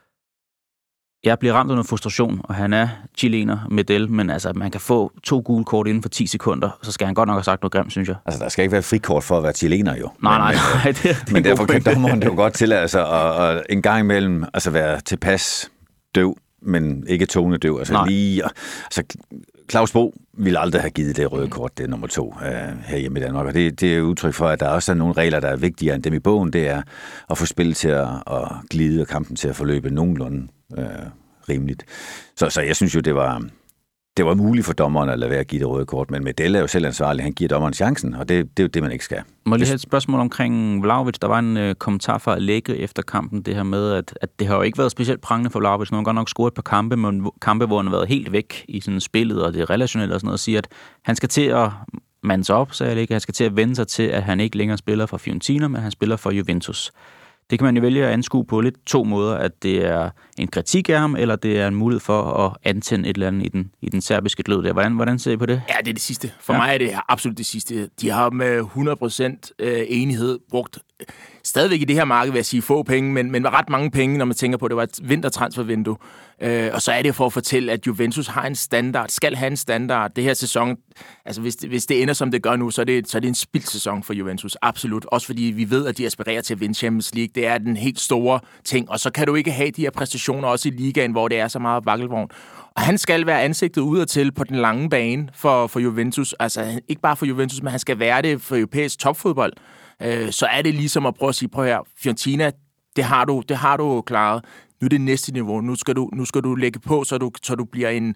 Jeg bliver ramt af noget frustration, og han er chilener, Medel, men altså, man kan få to gule kort inden for ti sekunder, så skal han godt nok have sagt noget grimt, synes jeg. Altså, der skal ikke være frikort for at være chilener, jo. Nej, men, nej, nej. Det, det men derfor kan dommeren jo godt tillade sig at, at en gang imellem altså være tilpas døv, men ikke tonedøv. Altså nej. lige... Altså, Claus Bo ville aldrig have givet det røde kort, det er nummer to uh, her hjemme i Danmark, og det, det er udtryk for, at der også er nogle regler, der er vigtigere end dem i bogen. Det er at få spillet til at, at glide og kampen til at forløbe nogenlunde uh, rimeligt. Så, så jeg synes jo, det var, det var muligt for dommeren at lade være at give det røde kort, men Medel er jo selv ansvarlig. Han giver dommeren chancen, og det, det er jo det, man ikke skal. Må jeg lige have et spørgsmål omkring Vlahovic? Der var en øh, kommentar fra Allegri efter kampen, det her med, at, at det har jo ikke været specielt prangende for Vlahovic. Nu har han godt nok scoret et par kampe, men kampe, hvor han har været helt væk i sådan spillet, og det er relationelt og sådan noget, og siger, at han skal til at mande sig op, sagde Allegri. Han skal til at vende sig til, at han ikke længere spiller for Fiorentina, men han spiller for Juventus. Det kan man jo vælge at anskue på lidt to måder, at det er en kritik af ham, eller det er en mulighed for at antænde et eller andet i den, i den serbiske glød der. Hvordan, hvordan ser I på det? Ja, det er det sidste. For ja. mig er det absolut det sidste. De har med hundrede procent enighed brugt stadigvæk i det her marked, vil jeg sige, få penge, men, men ret mange penge, når man tænker på, at det var et vintertransfervindue. Øh, og så er det for at fortælle, at Juventus har en standard, skal have en standard. Det her sæson, altså hvis det, hvis det ender, som det gør nu, så er det, så er det en spildt sæson for Juventus. Absolut. Også fordi vi ved, at de aspirerer til at vinde Champions League. Det er den helt store ting. Og så kan du ikke have de her præstationer også i ligaen, hvor det er så meget vakkelvogn. Og han skal være ansigtet udadtil på den lange bane for, for Juventus. Altså ikke bare for Juventus, men han skal være det for europæisk topfodbold. Øh, så er det ligesom at prøve at sige, prøv her, Fiorentina, det har du, det har du klaret. Nu er det næste niveau. Nu skal du, nu skal du lægge på, så du, så du bliver en,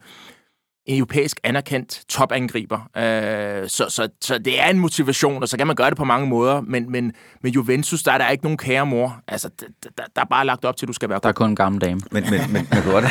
en europæisk anerkendt topangriber. Øh, så, så, så det er en motivation, og så kan man gøre det på mange måder, men, men med Juventus, der er der ikke nogen kære mor. Altså, der, der er bare lagt op til, at du skal være god. Der er kun en gammel dame. Men, men, men man, kan godt,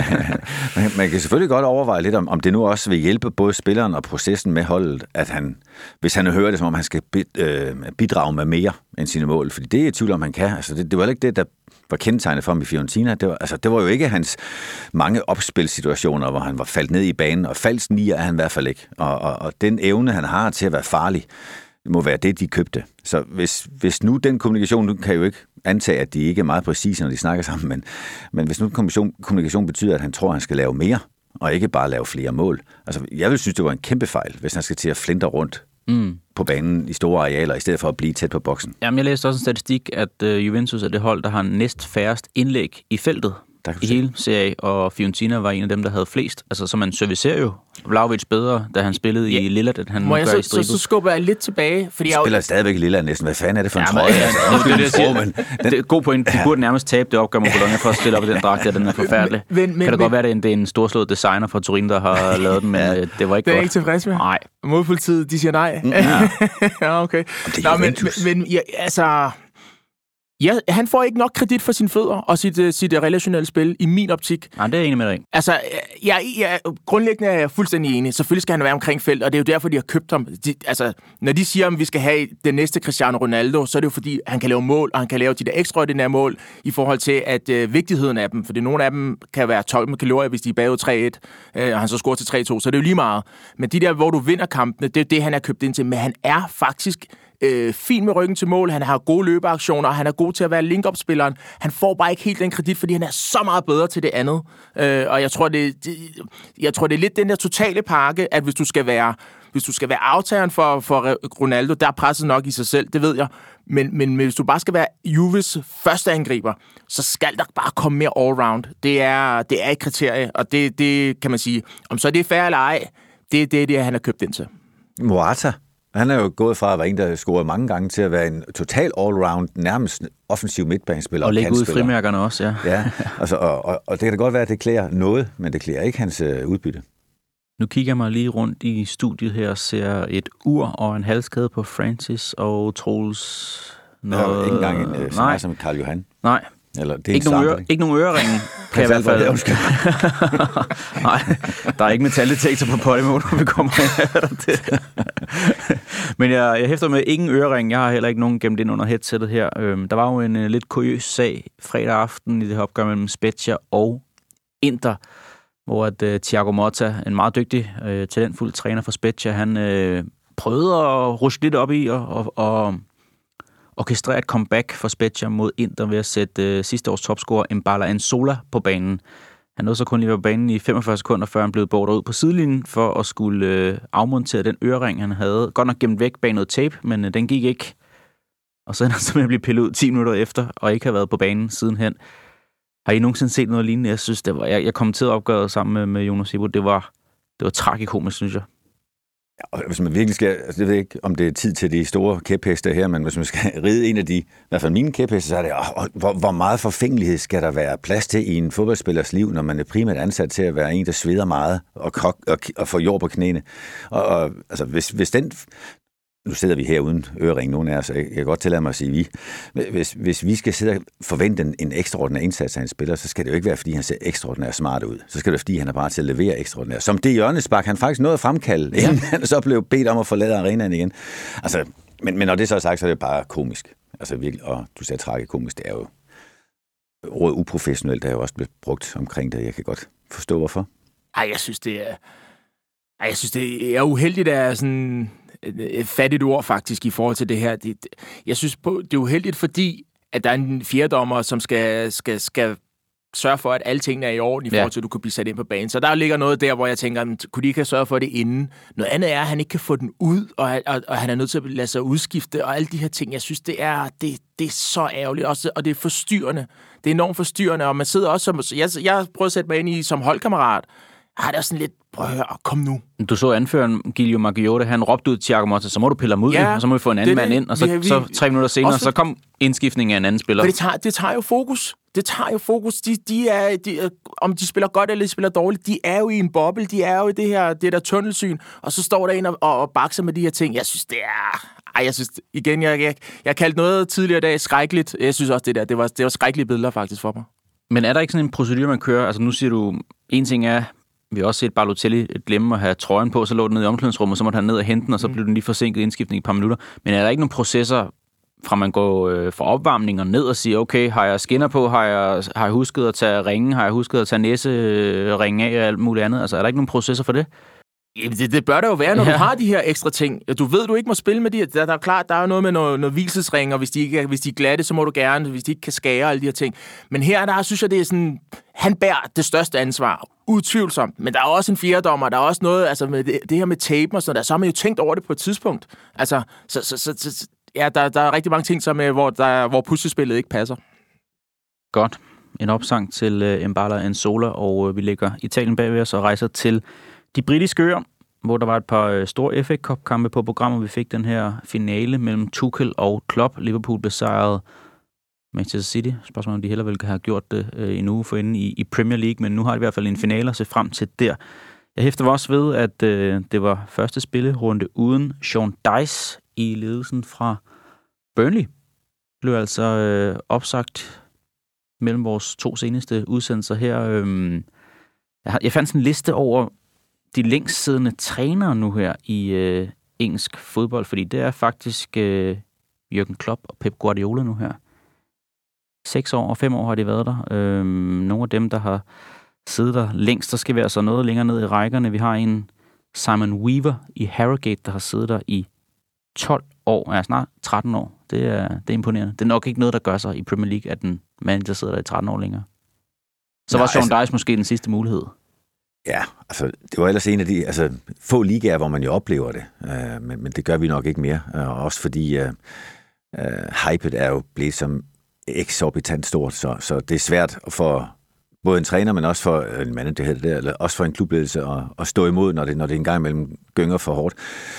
man, man kan selvfølgelig godt overveje lidt, om, om det nu også vil hjælpe både spilleren og processen med holdet, at han, hvis han hører det, som om han skal bidrage med mere end sine mål. Fordi det er i tvivl om, han kan. Altså, det, det var ikke det, der var kendetegnet for ham i Fiorentina. Det var, altså, det var jo ikke hans mange opspilsituationer, hvor han var faldt ned i banen, og falsk nier er han i hvert fald ikke. Og, og, og den evne, han har til at være farlig, må være det, de købte. Så hvis, hvis nu den kommunikation, nu kan jeg jo ikke antage, at de ikke er meget præcise, når de snakker sammen, men, men hvis nu kommunikation, kommunikation betyder, at han tror, at han skal lave mere, og ikke bare lave flere mål. Altså, jeg vil synes, det var en kæmpe fejl, hvis han skal til at flinte rundt mm. på banen i store arealer, i stedet for at blive tæt på boksen. Jamen, jeg læste også en statistik, at uh, Juventus er det hold, der har næst færrest indlæg i feltet i hele serien, og Fiorentina var en af dem, der havde flest. Altså, så man servicerer jo Vlahovic bedre, da han spillede ja. i Lillard, at han Må jeg gør så, i Stribus. Så, så skubber jeg lidt tilbage, fordi jeg... spiller stadigvæk i Lillard næsten. Hvad fanden er det for en ja, trøje? Ja, altså, det, det, det, det, det, det, det er god point. De burde nærmest tabe det opgør mod Bologna for at stille op i den dragt, der den er forfærdelig. Men, men, kan det men, godt være, at det er en storslået designer fra Turin, der har lavet den, men det var ikke det godt. Det er ikke tilfreds med? Nej. Modpolitiet, de siger nej? Mm, ja. ja, okay. Det er Nå, men, men, men ja, altså... Ja, han får ikke nok kredit for sine fødder og sit, uh, sit relationelle spil, i min optik. Nej, det er jeg enig med dig. Altså, jeg, jeg, grundlæggende er jeg fuldstændig enig. Selvfølgelig skal han være omkring felt, og det er jo derfor, de har købt ham. De, altså, når de siger, at vi skal have den næste Cristiano Ronaldo, så er det jo fordi, han kan lave mål, og han kan lave de der ekstraordinære mål i forhold til at uh, vigtigheden af dem. Fordi nogle af dem kan være tolv kalorier, hvis de er bagud tre et, uh, og han så scorer til tre to, så det er jo lige meget. Men de der, hvor du vinder kampene, det er det, han er købt ind til. Men han er faktisk... Øh, fin med ryggen til mål, han har gode løbeaktioner, og han er god til at være link-up-spilleren. Han får bare ikke helt den kredit, fordi han er så meget bedre til det andet. Øh, og jeg tror, det, det, jeg tror, det er lidt den der totale pakke, at hvis du skal være, hvis du skal være aftageren for, for Ronaldo, der er presset nok i sig selv, det ved jeg. Men, men hvis du bare skal være Juves første angriber, så skal der bare komme mere all-round. Det er, det er et kriterie, og det, det kan man sige, om så det er fair eller ej, det er det, det, han har købt ind til. Morata. Han er jo gået fra at være en, der scorede mange gange, til at være en total all-round, nærmest offensiv midtbanespiller. Og lægge ud i frimærkerne også, ja. ja altså, og, og, og det kan da godt være, at det klæder noget, men det klæder ikke hans øh, udbytte. Nu kigger jeg mig lige rundt i studiet her og ser et ur og en halskæde på Francis og Troels. Noget... Der er jo ikke engang en, øh, så meget som Karl Johan. Nej. Eller, det er ikke, nogen øre, ikke nogen øreringe, kan jeg i hvert fald. Nej, der er ikke metaldetektor på Podimo, når vi kommer her. Men jeg, jeg hæfter med ingen ørering. Jeg har heller ikke nogen gemt ind under headsettet her. Øhm, der var jo en uh, lidt kuriøs sag fredag aften i det her opgør mellem Spezia og Inter, hvor at uh, Thiago Motta, en meget dygtig, uh, talentfuld træner for Spezia, han uh, prøvede at ruske lidt op i og, og, og orkestrere et comeback for Spezia mod Inter ved at sætte uh, sidste års topscorer Mbala Anzola på banen. Han nåede så kun lige være på banen i femogfyrre sekunder, før han blev bordet ud på sidelinjen for at skulle øh, afmontere den ørering, han havde. Godt nok gemt væk bag noget tape, men øh, den gik ikke. Og så er han simpelthen blevet pillet ud ti minutter efter, og ikke har været på banen sidenhen. Har I nogensinde set noget lignende? Jeg synes, det var... Jeg, jeg kommenterede opgøret sammen med, med Jonas Sibo. Det var, det var tragikomisk, synes jeg. Ja, hvis man virkelig skal, altså jeg ved ikke, om det er tid til de store kæpheste her, men hvis man skal ride en af de, i hvert fald mine kæpheste, så er det, åh, hvor, hvor meget forfængelighed skal der være plads til i en fodboldspillers liv, når man er primært ansat til at være en, der sveder meget og, kok, og, og får jord på knæene. Og, og altså, hvis, hvis den... Nu sidder vi her uden ørering, nogen af os, jeg kan godt tillade mig at sige vi. Hvis, hvis vi skal sidde og forvente en, en ekstraordinær indsats af en spiller, så skal det jo ikke være, fordi han ser ekstraordinært smart ud. Så skal det være, fordi han er bare til at levere ekstraordinært. Som det hjørnespark, han faktisk nåede at fremkalde, ja. Inden han så blev bedt om at forlade arenaen igen. Altså, men, men når det så er sagt, så er det bare komisk. Altså virkelig, og du sagde tragikomisk, det er jo ordet uprofessionelt, der er jo også blevet brugt omkring det. Jeg kan godt forstå, hvorfor. Ej, jeg synes, det er... Ej, jeg synes, det er uheldigt, at er sådan... et fattigt ord faktisk i forhold til det her. Det, jeg synes, det er uheldigt, fordi at der er en fjerdommer, som skal, skal, skal sørge for, at alle tingene er i orden i forhold til, at du kan blive sat ind på banen. Så der ligger noget der, hvor jeg tænker, kunne de ikke have sørget for det inden? Noget andet er, at han ikke kan få den ud, og, og, og han er nødt til at lade sig udskifte, og alle de her ting. Jeg synes, det er, det, det er så ærgerligt, også, og det er forstyrrende. Det er enormt forstyrrende, og man sidder også som... Jeg, jeg prøver at sætte mig ind i som holdkammerat. Har det også sådan lidt, prøv at høre, kom nu. Du så anføreren, Giulio Maggiore, han råbte ud til Thiago Motta, så må du pille ham ud, ja, og så må vi få en anden det, mand ind, og så, vi, så tre minutter senere, også, så kom indskiftningen af en anden spiller. Det tager, det tager jo fokus. Det tager jo fokus. De, de er, de, om de spiller godt eller de spiller dårligt, de er jo i en boble, de er jo i det her, det der tunnelsyn, og så står der en og, og, og bakser med de her ting. Jeg synes, det er... Ej, jeg synes, igen, jeg, jeg, jeg kaldte noget tidligere i dag skrækkeligt. Jeg synes også, det der, det var, det var skrækkelige billeder faktisk for mig. Men er der ikke sådan en procedure, man kører? Altså nu siger du, en ting er... Vi har også set Balotelli glemme at have trøjen på, så lå den ned i omklædningsrummet, så måtte han ned og hente den, og så blev den lige forsinket indskiftning i et par minutter. Men er der ikke nogen processer fra man går øh, fra opvarmning og ned og siger, okay, har jeg skinner på, har jeg, har jeg husket at tage ringe, har jeg husket at tage næseringe af og alt muligt andet? Altså, er der ikke nogen processer for det? Jamen, det, det bør der jo være, når ja. du har de her ekstra ting. Du ved, du ikke må spille med de her. Der, der er klart, der er noget med noget, noget hvilesesring, og hvis de, ikke, hvis de er glatte, så må du gerne, hvis de ikke kan skære alle de her ting. Men her, der synes jeg, det er sådan, han bærer det største ansvar. Utvivlsomt. Men der er også en fjerdommer, der er også noget, altså med det, det her med tapen og sådan der, så har man jo tænkt over det på et tidspunkt. Altså, så, så, så, så ja, der, der er rigtig mange ting, som, hvor, der, hvor puslespillet ikke passer. Godt. En opsang til uh, Mbala Nzola, og uh, vi lægger Italien bagved os og rejser til de britiske øer, hvor der var et par uh, store F A Cup-kampe på programmet. Vi fik den her finale mellem Tuchel og Klopp. Liverpool besejrede Manchester City. Spørgsmålet om de heller ville have gjort det uh, en uge forinden i, i Premier League, men nu har de i hvert fald en finale at se frem til der. Jeg hæfter også ved, at uh, det var første spillerunde uden Sean Dyche i ledelsen fra Burnley. Blev altså øh, opsagt mellem vores to seneste udsendelser her. Øhm, jeg, har, jeg fandt sådan en liste over de længst siddende trænere nu her i øh, engelsk fodbold, fordi det er faktisk øh, Jürgen Klopp og Pep Guardiola nu her. Seks år og fem år har de været der. Øhm, nogle af dem, der har siddet der længst, der skal være så noget længere ned i rækkerne. Vi har en Simon Weaver i Harrogate, der har siddet der i tolv år, ja, snart tretten år. Det er, det er imponerende. Det er nok ikke noget, der gør sig i Premier League, at en manager sidder der i tretten år længere. Så ja, var Sean altså, Dyche måske den sidste mulighed. Ja, altså, det var ellers en af de altså, få ligaer, hvor man jo oplever det. Uh, men, men det gør vi nok ikke mere. Uh, også fordi uh, uh, hypet er jo blevet som eksorbitant stort, så, så det er svært for både en træner, men også for en manager, der, eller også for en klubledelse at, at stå imod, når det, når det en gang imellem gynger for hårdt.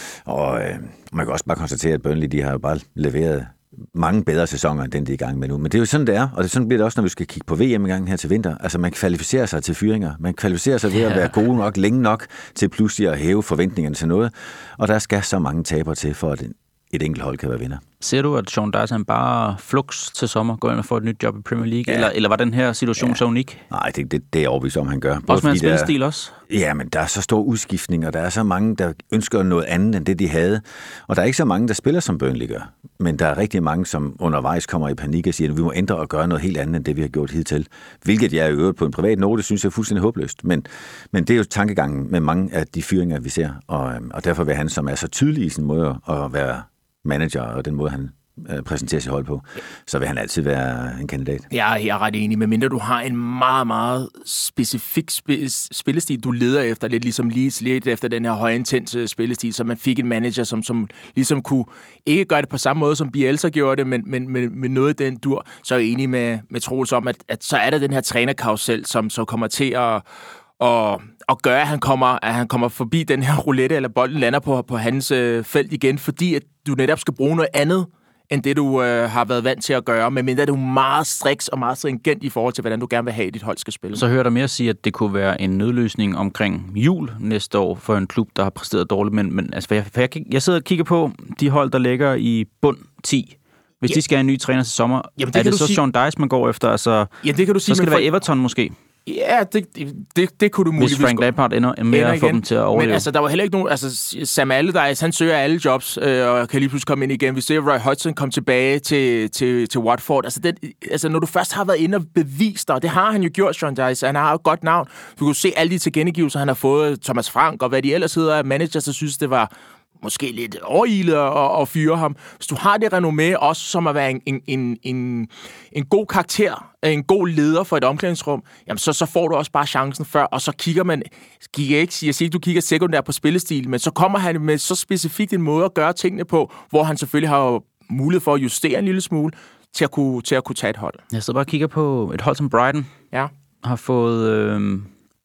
Og øh, man kan også bare konstatere, at Burnley, de har jo bare leveret mange bedre sæsoner, end den de er i gang med nu. Men det er jo sådan, det er, og det sådan bliver det også, når vi skal kigge på V M i gang her til vinter. Altså, man kvalificerer sig til fyringer. Man kvalificerer sig ved at være gode nok, længe nok, til pludselig at hæve forventningerne til noget. Og der skal så mange tabere til, for at et enkelt hold kan være vinder. Ser du, at Sean Dyche han bare flux til sommer går ind og får et nyt job i Premier League? Ja. Eller, eller var den her situation ja. så unik? Nej, det, det, det er overbevist om, han gør. Både også med en spilstil også? Ja, men der er så stor udskiftning, og der er så mange, der ønsker noget andet end det, de havde. Og der er ikke så mange, der spiller som Burnley gør. Men der er rigtig mange, som undervejs kommer i panik og siger, at vi må ændre og gøre noget helt andet end det, vi har gjort hidtil. Hvilket jeg i øvrigt på en privat note synes jeg er fuldstændig håbløst. Men, men det er jo tankegangen med mange af de fyringer, vi ser. Og, og derfor vil han, som er så tydelig i sin måde at være manager, og den måde, han øh, præsenterer sit hold på, så vil han altid være en kandidat. Jeg er ret enig, medmindre du har en meget, meget specifik sp- spillestil, du leder efter, lidt ligesom Leeds lidt efter den her højintense spillestil, så man fik en manager, som, som ligesom kunne ikke gøre det på samme måde, som Bielsa gjorde det, men, men med, med noget af den dur, så er jeg enig med, med Troels om, at, at så er der den her trænerkarusel, som så kommer til at og, og gøre, at han, kommer, at han kommer forbi den her roulette, eller bolden lander på, på hans øh, felt igen, fordi at du netop skal bruge noget andet, end det du øh, har været vant til at gøre, medmindre du er meget striks og meget stringent i forhold til, hvordan du gerne vil have, at dit hold skal spille. Så hører der mere at sige, at det kunne være en nødløsning omkring jul næste år for en klub, der har præsteret dårligt, men, men altså, for jeg, for jeg, jeg sidder og kigger på de hold, der ligger i bund ti. Hvis ja. de skal have en ny træner til sommer, jamen, det er det så sige... Sean Dyche, man går efter? Altså, ja, det kan du sige, så skal det for... være Everton måske. Ja, det, det, det kunne du muligvis... Hvis Frank Lampard ender mere at få dem til at overleve. Men altså, der var heller ikke nogen... Altså, Sam Allardyce, han søger alle jobs, øh, og kan lige pludselig komme ind igen. Vi ser Roy Hodgson komme tilbage til, til, til Watford. Altså, det, altså, når du først har været inde og bevist dig, og det har han jo gjort, Sean Dyche, han har jo et godt navn. Du kunne se alle de tilkendegivelser, han har fået, Thomas Frank, og hvad de ellers hedder af managers, der synes, det var måske lidt overilet at, at fyre ham. Hvis du har det renommé også som at være en, en, en, en, en god karakter, en god leder for et omklædningsrum, jamen så, så får du også bare chancen før, og så kigger man, kigger ikke, jeg siger ikke, du kigger sekundært på spillestil, men så kommer han med så specifikt en måde at gøre tingene på, hvor han selvfølgelig har mulighed for at justere en lille smule, til at kunne, til at kunne tage et hold. Jeg så bare kigger på et hold som Brighton, ja. har fået... Øh...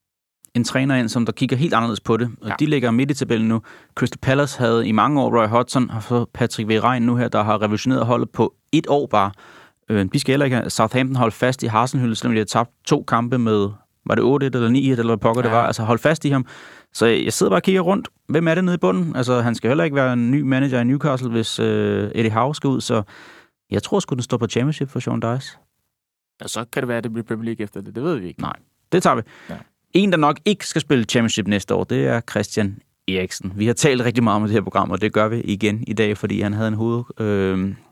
en træner ind, som der kigger helt anderledes på det. Og ja. de ligger midt i tabellen nu. Crystal Palace havde i mange år Roy Hodgson, har fået Patrick Vieira nu her, der har revolutioneret holdet på et år bare. Øh, de skal heller ikke have Southampton holdt fast i Hasenhüttl, selvom de har tabt to kampe med, var det otte et eller ni et, eller hvad pokker ja. det var. Altså hold fast i ham. Så jeg sidder bare og kigger rundt. Hvem er det nede i bunden? Altså han skal heller ikke være en ny manager i Newcastle, hvis øh, Eddie Howe skal ud. Så jeg tror sgu, den står på championship for Sean Dyche. Ja, så kan det være, at det bliver Premier League efter det. Det ved vi ikke. Nej, det tager vi. Ja. En, der nok ikke skal spille championship næste år, det er Christian Eriksen. Vi har talt rigtig meget om det her program, og det gør vi igen i dag, fordi han havde en hoved, øh,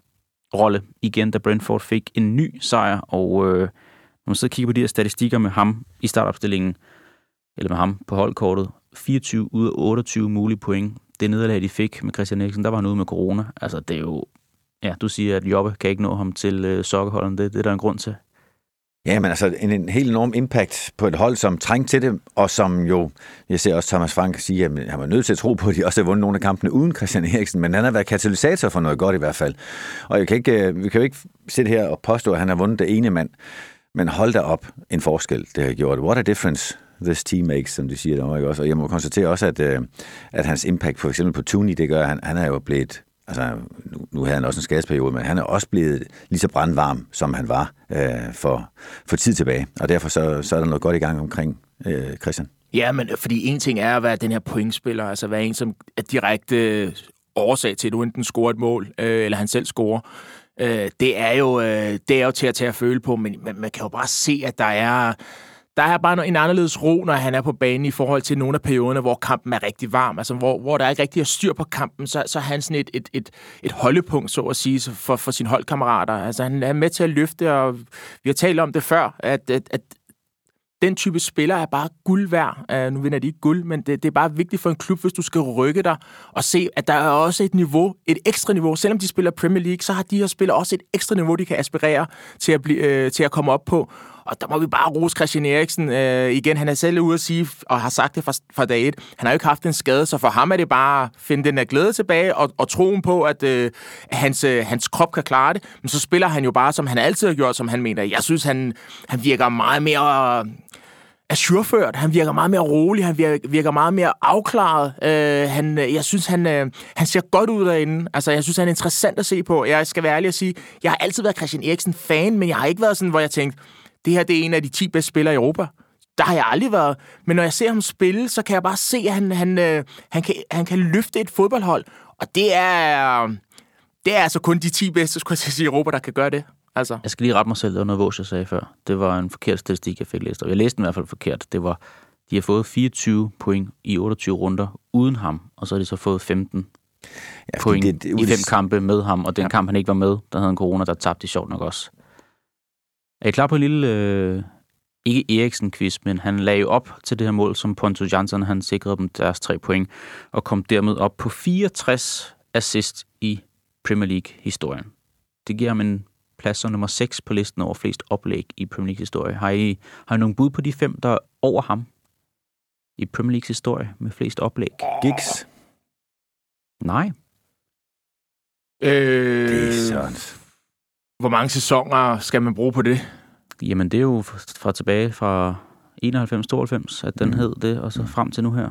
rolle igen, da Brentford fik en ny sejr, og øh, når man så kigger på de her statistikker med ham i startopstillingen, eller med ham på holdkortet, fireogtyve ud af otteogtyve mulige point. Det nederlag, de fik med Christian Eriksen, der var han ude med corona. Altså, det er jo... Ja, du siger, at Jobbe kan ikke nå ham til øh, sokkerholderen. Det, det er der en grund til. Ja, men altså en, en helt enorm impact på et hold, som trængte til det, og som jo, jeg ser også Thomas Frank sige, at han var nødt til at tro på, at de også har vundet nogle af kampene uden Christian Eriksen, men han har været katalysator for noget godt i hvert fald. Og jeg kan ikke, vi kan jo ikke sidde her og påstå, at han har vundet det ene mand, men hold da op en forskel, det har gjort. What a difference this team makes, som de siger der også. Og jeg må konstatere også, at, at hans impact for eksempel på Tooney, det gør, at han, han er jo blevet... Altså, nu, nu havde han også en skadesperiode, men han er også blevet lige så brandvarm, som han var øh, for, for tid tilbage. Og derfor så, så er der noget godt i gang omkring øh, Christian. Ja, men fordi en ting er at være den her pointspiller, altså være en, som er direkte årsag til, at du enten scorer et mål, øh, eller han selv scorer. Øh, det, er jo, øh, det er jo til at tage at føle på, men man, man kan jo bare se, at der er... Der er bare en anderledes ro, når han er på banen i forhold til nogle af perioderne, hvor kampen er rigtig varm. Altså, hvor, hvor der ikke rigtig er styr på kampen, så, så er han sådan et, et, et, et holdepunkt, så at sige, for, for sine holdkammerater. Altså, han er med til at løfte, og vi har talt om det før, at, at, at den type spiller er bare guld værd. Uh, nu vinder de ikke guld, men det, det er bare vigtigt for en klub, hvis du skal rykke dig og se, at der er også et niveau, et ekstra niveau. Selvom de spiller Premier League, så har de her spillere også et ekstra niveau, de kan aspirere til at, blive, uh, til at komme op på. Og der må vi bare rose Christian Eriksen øh, igen. Han er selv ude at sige, og har sagt det fra, fra dag et, han har jo ikke haft en skade, så for ham er det bare at finde den der glæde tilbage, og, og troen på, at øh, hans, øh, hans krop kan klare det. Men så spiller han jo bare, som han altid har gjort, som han mener. Jeg synes, han, han virker meget mere... ajourført. Han virker meget mere rolig, han virker, virker meget mere afklaret. Øh, han, jeg synes, han, øh, han ser godt ud derinde. Altså, jeg synes, han er interessant at se på. Jeg skal være ærlig at sige, jeg har altid været Christian Eriksen-fan, men jeg har ikke været sådan, hvor jeg tænkte, det her det er en af de ti bedste spillere i Europa. Der har jeg aldrig været. Men når jeg ser ham spille, så kan jeg bare se, at han, han, øh, han, kan, han kan løfte et fodboldhold. Og det er, det er altså kun de ti bedste, skulle jeg sige, i Europa, der kan gøre det. Altså. Jeg skal lige rette mig selv, det var noget, Vås, jeg sagde før. Det var en forkert statistik, jeg fik læst. Og jeg læste den i hvert fald forkert. Det var, de har fået fireogtyve point i otteogtyve runder uden ham, og så har de så fået femten ja, point det, det, det, i fem kampe med ham. Og den ja. kamp, han ikke var med, der havde en corona, der tabte de sjovt nok også. Er I klar på en lille, øh, ikke Eriksen-quiz, men han lagde jo op til det her mål, som Pontus Jansson, han sikrede dem deres tre point, og kom dermed op på fireogtres assist i Premier League-historien. Det giver ham en plads som nummer seks på listen over flest oplæg i Premier League-historie. Har I, har I nogle bud på de fem, der er over ham i Premier Leagues historie med flest oplæg? Giggs? Nej. Øh, det er sådan. Hvor mange sæsoner skal man bruge på det? Jamen, det er jo fra tilbage fra enoghalvfems tooghalvfems, at den mm. hed det, og så frem til nu her.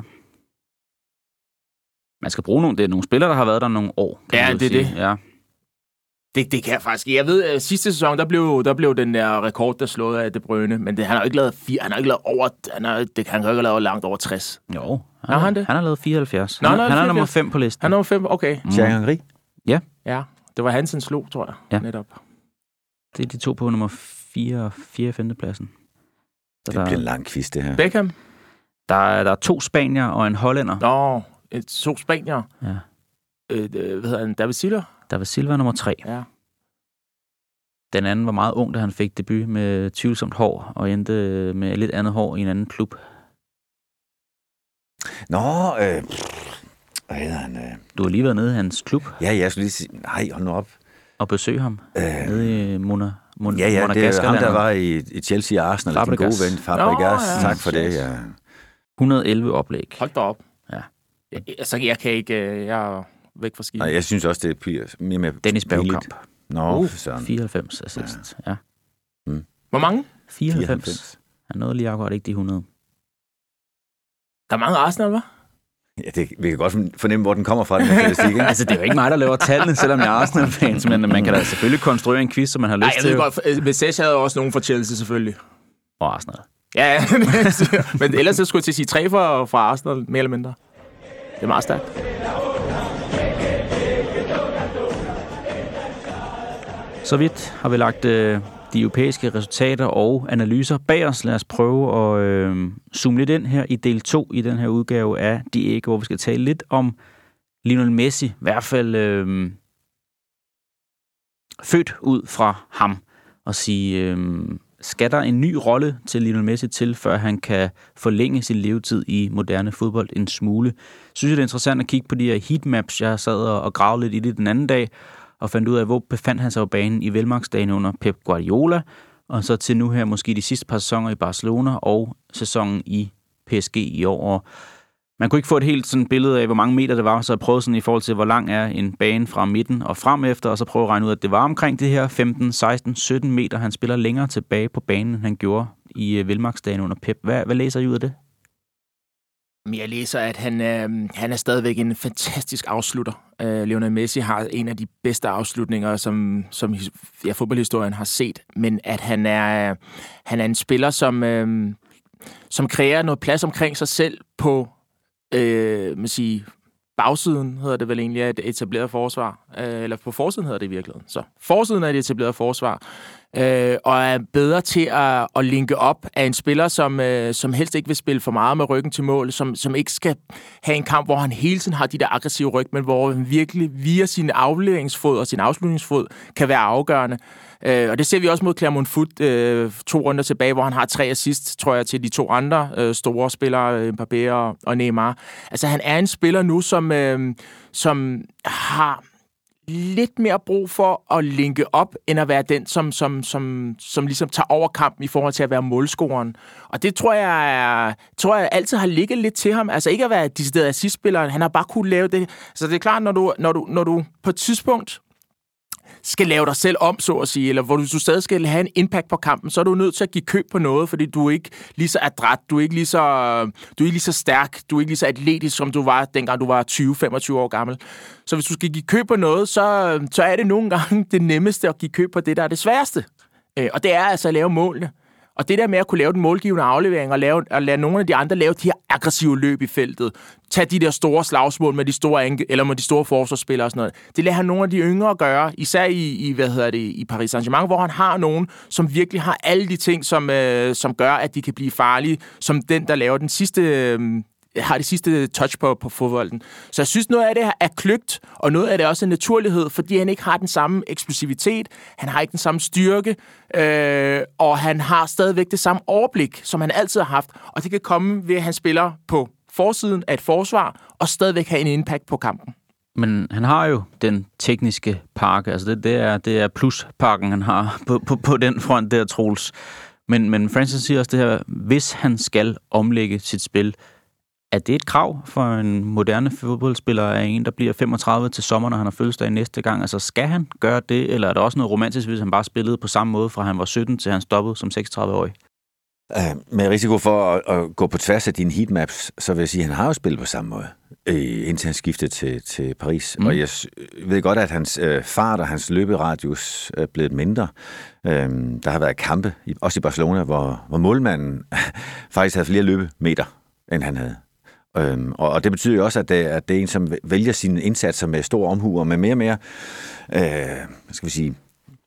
Man skal bruge nogle, det er nogle spillere, der har været der nogle år. Ja, det er det. Ja. Det, det kan jeg faktisk. Jeg ved, at sidste sæson, der blev, der blev den der rekord, der slået af De Bruyne, men det, han har ikke lavet fire, han har ikke lavet over, han har, det, han har ikke lavet langt over tres. Jo, han, har han det? Han har lavet fireoghalvfjerds. Nå, han, han, han er nummer fem på listen. Han er nummer fem, okay. Mm. Thierry Henry? Ja. Ja, det var Hansen slog, tror jeg, ja. netop. Det er de to på nummer fire og fire femtepladsen. Det bliver en lang quiz, det her. Beckham? Der er, der er to spanier og en hollænder. Nå, et, to spanier. Ja. Øh, hvad hedder han? David Silva? David Silva nummer tre. Ja. Den anden var meget ung, da han fik debut med tvivlsomt hår, og endte med lidt andet hår i en anden klub. Nå, øh, hvad hedder han? Øh? Du har lige været nede i hans klub. Ja, jeg skulle lige sige, nej, hold nu op. Og besøge ham øh, nede i Mona, Mona, ja, ja, det er ham, der var i, i Chelsea og Arsenal. Fabregas. Den gode ven, Fabregas. Nå, ja. Tak for det, ja. et hundrede og elleve oplæg. Hold da op. Ja. Jeg, altså, jeg kan ikke, jeg er væk fra skibet. Nej, jeg synes også, det er mere med Dennis Bergkamp. Nå, uh, sådan. fireoghalvfems assist, ja. ja. Mm. Hvor mange? fireoghalvfems. fireoghalvfems. Han nåede lige akkurat ikke de hundrede. Der er mange Arsenal, hva'? Ja, det, vi kan godt fornemme, hvor den kommer fra, den statistik, ikke? Altså, det er jo ikke mig, der laver tallene, selvom jeg er Arsenal-fan, men man kan da selvfølgelig konstruere en quiz, som man har lyst Nej, jeg til. ved godt, Message havde også nogen fra Chelsea, selvfølgelig. Og Arsenal. Ja, men ellers så skulle jeg til at sige tre fra, fra Arsenal, mere eller mindre. Det er meget stærkt. Så vidt har vi lagt øh, de europæiske resultater og analyser bag os. Lad os prøve at øh, zoome lidt ind her i del to i den her udgave af De Ægge, hvor vi skal tale lidt om Lionel Messi. I hvert fald øh, født ud fra ham og sige, øh, skal der en ny rolle til Lionel Messi til, før han kan forlænge sin levetid i moderne fodbold en smule? Synes jeg, det er interessant at kigge på de her heatmaps. Jeg sad og gravede lidt i det den anden dag, og fandt ud af, hvor befandt han sig på banen i velmagtsdagen under Pep Guardiola, og så til nu her måske de sidste par sæsoner i Barcelona og sæsonen i P S G i år. Og man kunne ikke få et helt sådan billede af, hvor mange meter det var, så jeg prøvede sådan i forhold til, hvor lang er en bane fra midten og frem efter, og så prøvede at regne ud, at det var omkring det her femten, seksten, sytten meter. Han spiller længere tilbage på banen, end han gjorde i velmagtsdagen under Pep. Hvad, hvad læser I ud af det? Jeg læser, at han, øh, han er stadigvæk en fantastisk afslutter. Øh, Lionel Messi har en af de bedste afslutninger, som, som ja, fodboldhistorien har set, men at han er, han er en spiller, som, øh, som kræver noget plads omkring sig selv på øh, man siger, bagsiden, hedder det vel egentlig, af et etableret forsvar. Øh, eller på forsiden hedder det i virkeligheden. Så forsiden af et etableret forsvar. Øh, og er bedre til at, at linke op af en spiller, som, øh, som helst ikke vil spille for meget med ryggen til mål, som, som ikke skal have en kamp, hvor han hele tiden har de der aggressive ryg, men hvor han virkelig via sin afleveringsfod og sin afslutningsfod kan være afgørende. Øh, og det ser vi også mod Clermont Foot øh, to runder tilbage, hvor han har tre assist, tror jeg, til de to andre øh, store spillere, Mbappé og, og Neymar. Altså han er en spiller nu, som, øh, som har lidt mere brug for at linke op, end at være den, som, som, som, som ligesom tager over kampen i forhold til at være målscoreren. Og det tror jeg, er, tror jeg altid har ligget lidt til ham. Altså ikke at være decideret assistspiller, han har bare kunne lave det. Så det er klart, når du, når du, når du på et tidspunkt skal lave dig selv om, så at sige, eller hvor du, du stadig skal have en impact på kampen, så er du nødt til at give køb på noget, fordi du er ikke lige så adræt, du er ikke lige så, du er ikke lige så stærk, du er ikke lige så atletisk, som du var, dengang du var tyve femogtyve år gammel. Så hvis du skal give køb på noget, så, så er det nogle gange det nemmeste at give køb på det, der er det sværeste. Og det er altså at lave målene. Og det der med at kunne lave den målgivende aflevering og, lave, og lade nogle af de andre lave de her aggressive løb i feltet, tage de der store slagsmål med de store eller med de store forsvarsspillere og sådan noget, det lader han nogle af de yngre gøre, især i, i hvad hedder det, i Paris Saint-Germain, hvor han har nogen, som virkelig har alle de ting, som, øh, som gør, at de kan blive farlige, som den, der laver den sidste øh, har det sidste touch på, på fodbolden. Så jeg synes, noget af det er kløgt, og noget af det er også en naturlighed, fordi han ikke har den samme eksplosivitet, han har ikke den samme styrke, øh, og han har stadigvæk det samme overblik, som han altid har haft, og det kan komme ved, at han spiller på forsiden af et forsvar, og stadigvæk have en impact på kampen. Men han har jo den tekniske pakke, altså det, det er, det er pluspakken, han har på, på, på den front der, Troels. Men, men Francis siger også det her, hvis han skal omlægge sit spil, er det et krav for en moderne fodboldspiller af en, der bliver femogtredive til sommer, når han har fødselsdag næste gang? Altså, skal han gøre det, eller er der også noget romantisk, hvis han bare spillede på samme måde, fra han var sytten til han stoppede som seksogtredive-årig? Uh, med risiko for at, at gå på tværs af dine heatmaps, så vil jeg sige, at han har jo spillet på samme måde, øh, indtil han skiftede til, til Paris. Mm. Og jeg ved godt, at hans øh, fart og hans løberadius er blevet mindre. Øh, der har været kampe, også i Barcelona, hvor, hvor målmanden faktisk havde flere løbemeter, end han havde. Øhm, og, og det betyder jo også, at det, at det er en, som vælger sine indsatser med stor omhu og med mere og mere øh, skal vi sige,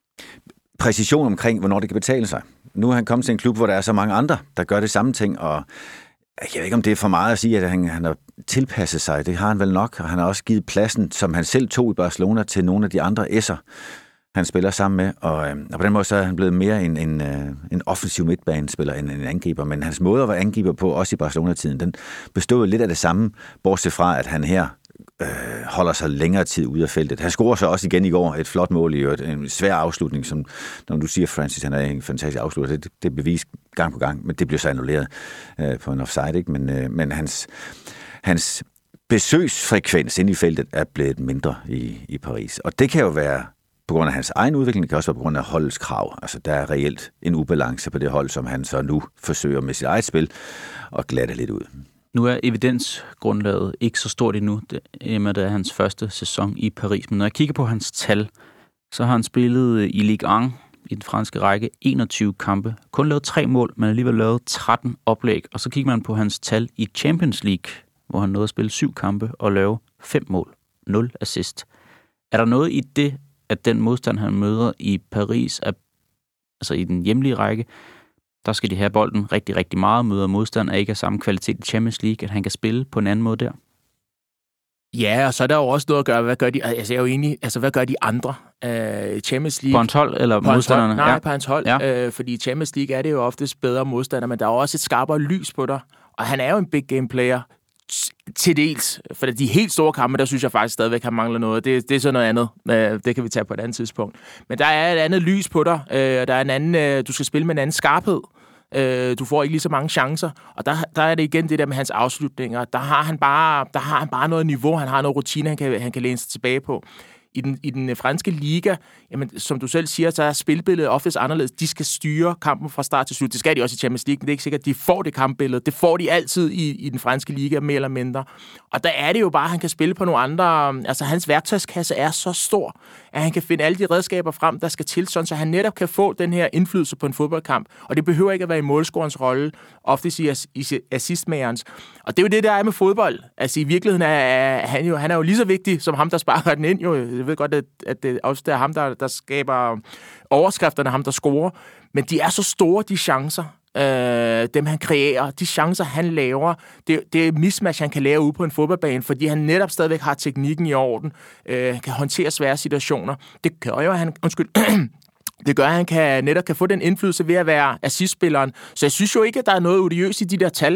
præcision omkring, hvornår det kan betale sig. Nu er han kommet til en klub, hvor der er så mange andre, der gør det samme ting, og jeg ved ikke, om det er for meget at sige, at han, han har tilpasset sig. Det har han vel nok, og han har også givet pladsen, som han selv tog i Barcelona, til nogle af de andre S'er, han spiller sammen med, og, øh, og på den måde så er han blevet mere en, en, øh, en offensiv midtbanespiller end en angriber, men hans måde at være angriber på, også i Barcelona-tiden, den bestod lidt af det samme, bortset fra, at han her øh, holder sig længere tid ude af feltet. Han scorer så også igen i går et flot mål i øvrigt, en svær afslutning, som når du siger, Francis, han er en fantastisk afslutter, det, det er bevist gang på gang, men det bliver så annulleret øh, på en offside, ikke? Men, øh, men hans, hans besøgsfrekvens inde i feltet er blevet mindre i, i Paris, og det kan jo være på grund af hans egen udvikling, det kan også være på grund af holdets krav. Altså, der er reelt en ubalance på det hold, som han så nu forsøger med sit eget spil at glatte lidt ud. Nu er evidensgrundlaget ikke så stort endnu, det er hans første sæson i Paris. Men når jeg kigger på hans tal, så har han spillet i Ligue et i den franske række enogtyve kampe. Kun lavet tre mål, men alligevel lavet tretten oplæg. Og så kigger man på hans tal i Champions League, hvor han nåede at spille syv kampe og lave fem mål. nul assist. Er der noget i det, at den modstand, han møder i Paris, er, altså i den hjemlige række, der skal de have bolden rigtig, rigtig meget, møder modstand, og ikke af samme kvalitet i Champions League, at han kan spille på en anden måde der? Ja, og så er der jo også noget at gøre. Hvad gør de, altså, jeg er jo enig, altså, hvad gør de andre? Uh, Champions League... På hans hold, eller på modstanderne? Nej, ja. på hans hold. Ja. Uh, fordi Champions League er det jo oftest bedre modstander, men der er også et skarpere lys på dig. Og han er jo en big game player til dels. For de helt store kampe, der synes jeg faktisk stadigvæk, han mangler noget. Det, det er så noget andet. Uh, det kan vi tage på et andet tidspunkt. Men der er et andet lys på dig. Uh, der er en anden... Uh, du skal spille med en anden skarphed. Øh, du får ikke lige så mange chancer, og der, der er det igen det der med hans afslutninger. Der har han bare, der har han bare noget niveau, han har noget rutine, han kan, han kan læne sig tilbage på. I den, i den franske liga, jamen, som du selv siger, så er spilbilledet oftest anderledes. De skal styre kampen fra start til slut. Det skal de også i Champions League, men det er ikke sikkert, at de får det kampbillede. Det får de altid i, i den franske liga, mere eller mindre. Og der er det jo bare, at han kan spille på nogle andre... Altså, hans værktøjskasse er så stor, at han kan finde alle de redskaber frem, der skal til, sådan, så han netop kan få den her indflydelse på en fodboldkamp. Og det behøver ikke at være i målscorerens rolle, oftest i, i assistmagerens. Og det er jo det, der er med fodbold. Altså, i virkeligheden er, er han, jo, han er jo lige så vigtig som ham, der sparker den ind. Jo. Jeg ved godt, at, at det også er ham, der, der skaber overskrifterne, ham, der scorer. Men de er så store, de chancer, øh, dem han kreerer, de chancer, han laver. Det, det er mismatch, han kan lave ude på en fodboldbane, fordi han netop stadigvæk har teknikken i orden, øh, kan håndtere svære situationer. Det gør jo, at han... Undskyld... Det gør, at han kan, netop kan få den indflydelse ved at være assistspilleren. Så jeg synes jo ikke, at der er noget odiøst i de der tal,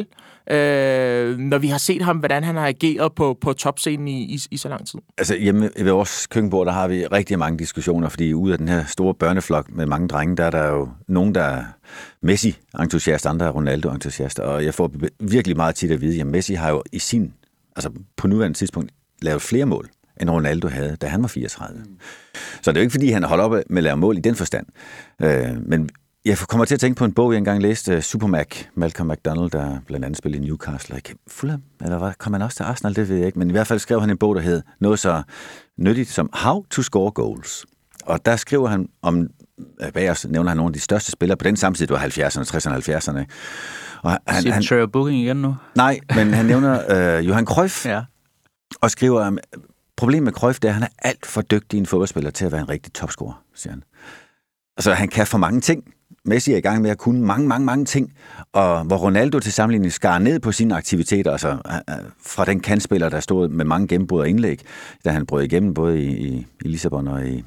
øh, når vi har set ham, hvordan han har ageret på, på topscenen i, i, i så lang tid. Altså hjemme ved vores køkkenbord, der har vi rigtig mange diskussioner, fordi ud af den her store børneflok med mange drenge, der er der jo nogen, der er Messi-entusiast, andre er Ronaldo-entusiast, og jeg får virkelig meget tit at vide, at Messi har jo i sin, altså på nuværende tidspunkt, lavet flere mål, end Ronaldo havde, da han var fireogtredive. Mm. Så det er jo ikke, fordi han holder op med at lave mål i den forstand. Øh, men jeg kommer til at tænke på en bog, jeg engang læste, Supermac, Malcolm McDonald, der blandt andet spillede i Newcastle. Fulham, eller hvad? Kom han også til Arsenal? Det ved jeg ikke. Men i hvert fald skrev han en bog, der hed noget så nyttigt som How to Score Goals. Og der skriver han om, bag os nævner han nogle af de største spillere på den samme tid, det var halvfjerdserne, tresserne og halvfjerdserne. Og han, Siger han, Trevor Booking igen nu? Nej, men han nævner øh, Johan Cruyff, ja. Og skriver om, problemet med Cruyff, det er, at han er alt for dygtig en fodboldspiller til at være en rigtig topscorer, siger han. Altså, han kan for mange ting. Messi er i gang med at kunne mange, mange, mange ting. Og hvor Ronaldo til sammenligning skar ned på sine aktiviteter, altså fra den kantspiller, der stod med mange gennembrud og indlæg, da han brød igennem både i, i, i Lissabon og i,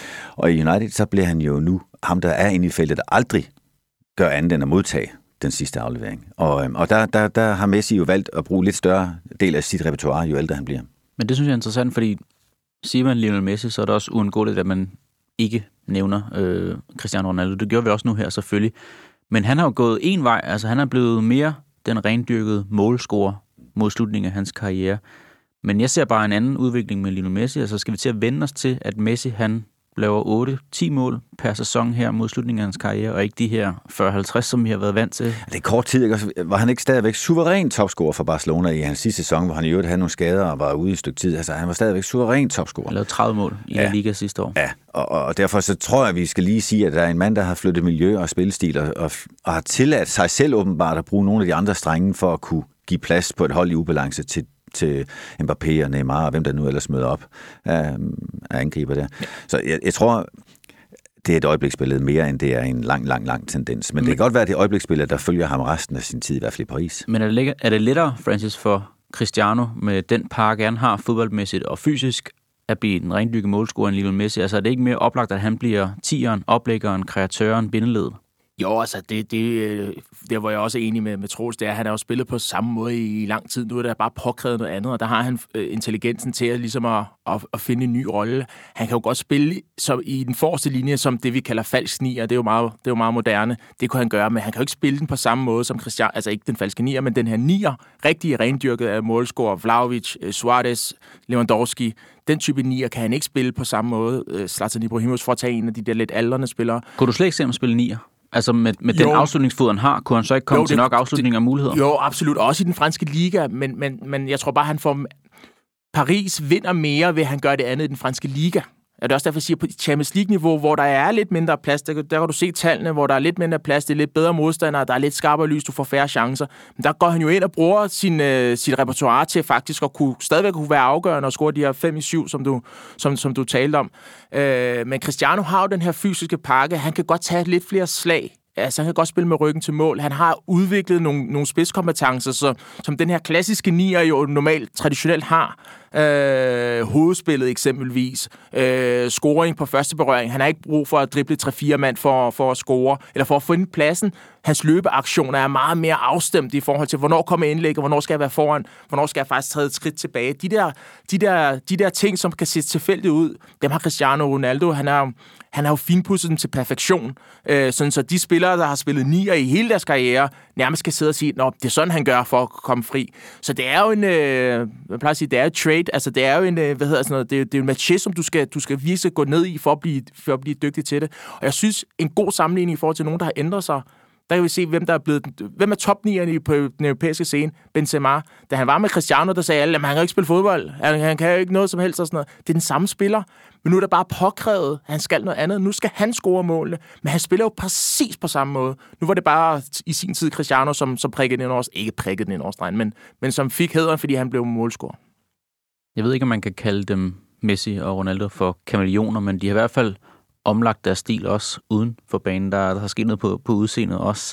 og i United, så bliver han jo nu ham, der er inde i feltet, der aldrig gør andet end at modtage den sidste aflevering. Og, og der, der, der har Messi jo valgt at bruge lidt større del af sit repertoire, jo ældre han bliver. Men det synes jeg er interessant, fordi siger man Lionel Messi, så er det også uundgåeligt, at man ikke nævner øh, Cristiano Ronaldo. Det gjorde vi også nu her selvfølgelig. Men han har jo gået en vej. Altså han er blevet mere den rendyrkede målscorer mod slutningen af hans karriere. Men jeg ser bare en anden udvikling med Lionel Messi. Altså skal vi til at vende os til, at Messi han laver otte ti mål per sæson her mod slutningen af hans karriere, og ikke de her fyrre halvtreds, som vi har været vant til. Det er kort tid, ikke? Var han ikke stadigvæk suveræn topscorer for Barcelona i hans sidste sæson, hvor han i øvrigt havde nogle skader og var ude i et stykke tid. Altså, han var stadigvæk suveræn topscorer. Han lavede tredive mål i ja. Liga sidste år. Ja, og, og derfor så tror jeg, at vi skal lige sige, at der er en mand, der har flyttet miljø og spillestil, og, og, og har tilladt sig selv åbenbart at bruge nogle af de andre strenge for at kunne give plads på et hold i ubalance til til Mbappé og Neymar, og hvem der nu ellers møder op af, af angriber der. Ja. Så jeg, jeg tror, det er et øjebliksbillede mere, end det er en lang, lang, lang tendens. Men, Men det kan godt være, det øjebliksbillede, der følger ham resten af sin tid, i hvert fald i Paris. Men er det, er det lettere, Francis, for Cristiano, med den pakke, han har fodboldmæssigt og fysisk, at blive den rendyrkede målscorer end Lionel Messi? Altså er det ikke mere oplagt, at han bliver tieren, oplæggeren, kreatøren, bindeledet? Jo, altså, det, det, der var jeg også enig med, med Troels, det er, at han har jo spillet på samme måde i lang tid. Nu er der bare påkrævet noget andet, og der har han øh, intelligensen til at, ligesom at, at, at finde en ny rolle. Han kan jo godt spille som, i den forreste linje, som det, vi kalder falsk nier. Det er jo meget, det er jo meget moderne. Det kunne han gøre, men han kan jo ikke spille den på samme måde som Cristiano. Altså ikke den falske nier, men den her nier, rigtig rendyrket af målscorer, Vlahovic, Suarez, Lewandowski. Den type nier kan han ikke spille på samme måde. Zlatan Ibrahimovic for at tage en af de der lidt aldrende spillere. Kunne du slet ikke se ham spille nier? Altså med, med den afslutningsfod, han har, kunne han så ikke komme jo, det, til nok afslutninger og muligheder? Jo, absolut. Også i den franske liga, men, men, men jeg tror bare, han får... Paris vinder mere, ved at han gør det andet i den franske liga. Det er også derfor, jeg siger, på Champions League-niveau, hvor der er lidt mindre plads, der, der kan du se tallene, hvor der er lidt mindre plads, det er lidt bedre modstandere, der er lidt skarpere lys, du får færre chancer. Men der går han jo ind og bruger sin, øh, sit repertoire til faktisk at kunne, stadigvæk kunne være afgørende og score de her fem i syv, som du, som, som du talte om. Øh, men Cristiano har jo den her fysiske pakke, han kan godt tage lidt flere slag Altså, han kan godt spille med ryggen til mål. Han har udviklet nogle, nogle spidskompetencer, så, som den her klassiske nier jo normalt traditionelt har. Øh, hovedspillet eksempelvis. Øh, scoring på første berøring. Han har ikke brug for at drible tre fire mand for, for at score, eller for at finde pladsen. Hans løbeaktioner er meget mere afstemt i forhold til, hvornår kommer indlægget, hvornår skal jeg være foran, hvornår skal jeg faktisk træde et skridt tilbage. De der, de der, de der ting, som kan se tilfældigt ud, dem har Cristiano Ronaldo. Han er Han har jo finpudset dem til perfektion, øh, sådan så de spillere, der har spillet nier i hele deres karriere, nærmest skal sidde og sige, at det er sådan, han gør for at komme fri. Så det er jo en, øh, jeg plejer at sige, det er et trade, altså det er jo en, øh, hvad hedder sådan noget, det er, det er en match, som du skal, du skal virkelig gå ned i for at, blive, for at blive dygtig til det. Og jeg synes, en god sammenligning i forhold til nogen, der har ændret sig, der kan vi se, hvem der er blevet, hvem er topnierne på den europæiske scene. Benzema. Da han var med Cristiano, der sagde alle, at han kan jo ikke spille fodbold. Han, han kan jo ikke noget som helst og sådan noget. Det er den samme spiller. Men nu er der bare påkrævet, at han skal noget andet. Nu skal han score målene. Men han spiller jo præcis på samme måde. Nu var det bare i sin tid Cristiano, som, som prikkede den over, ikke prikkede den over, men, men som fik hæderen, fordi han blev målscorer. Jeg ved ikke, om man kan kalde dem Messi og Ronaldo for kameleoner, men de har i hvert fald omlagt deres stil også uden for banen. Der, der har sket noget på, på udseendet også.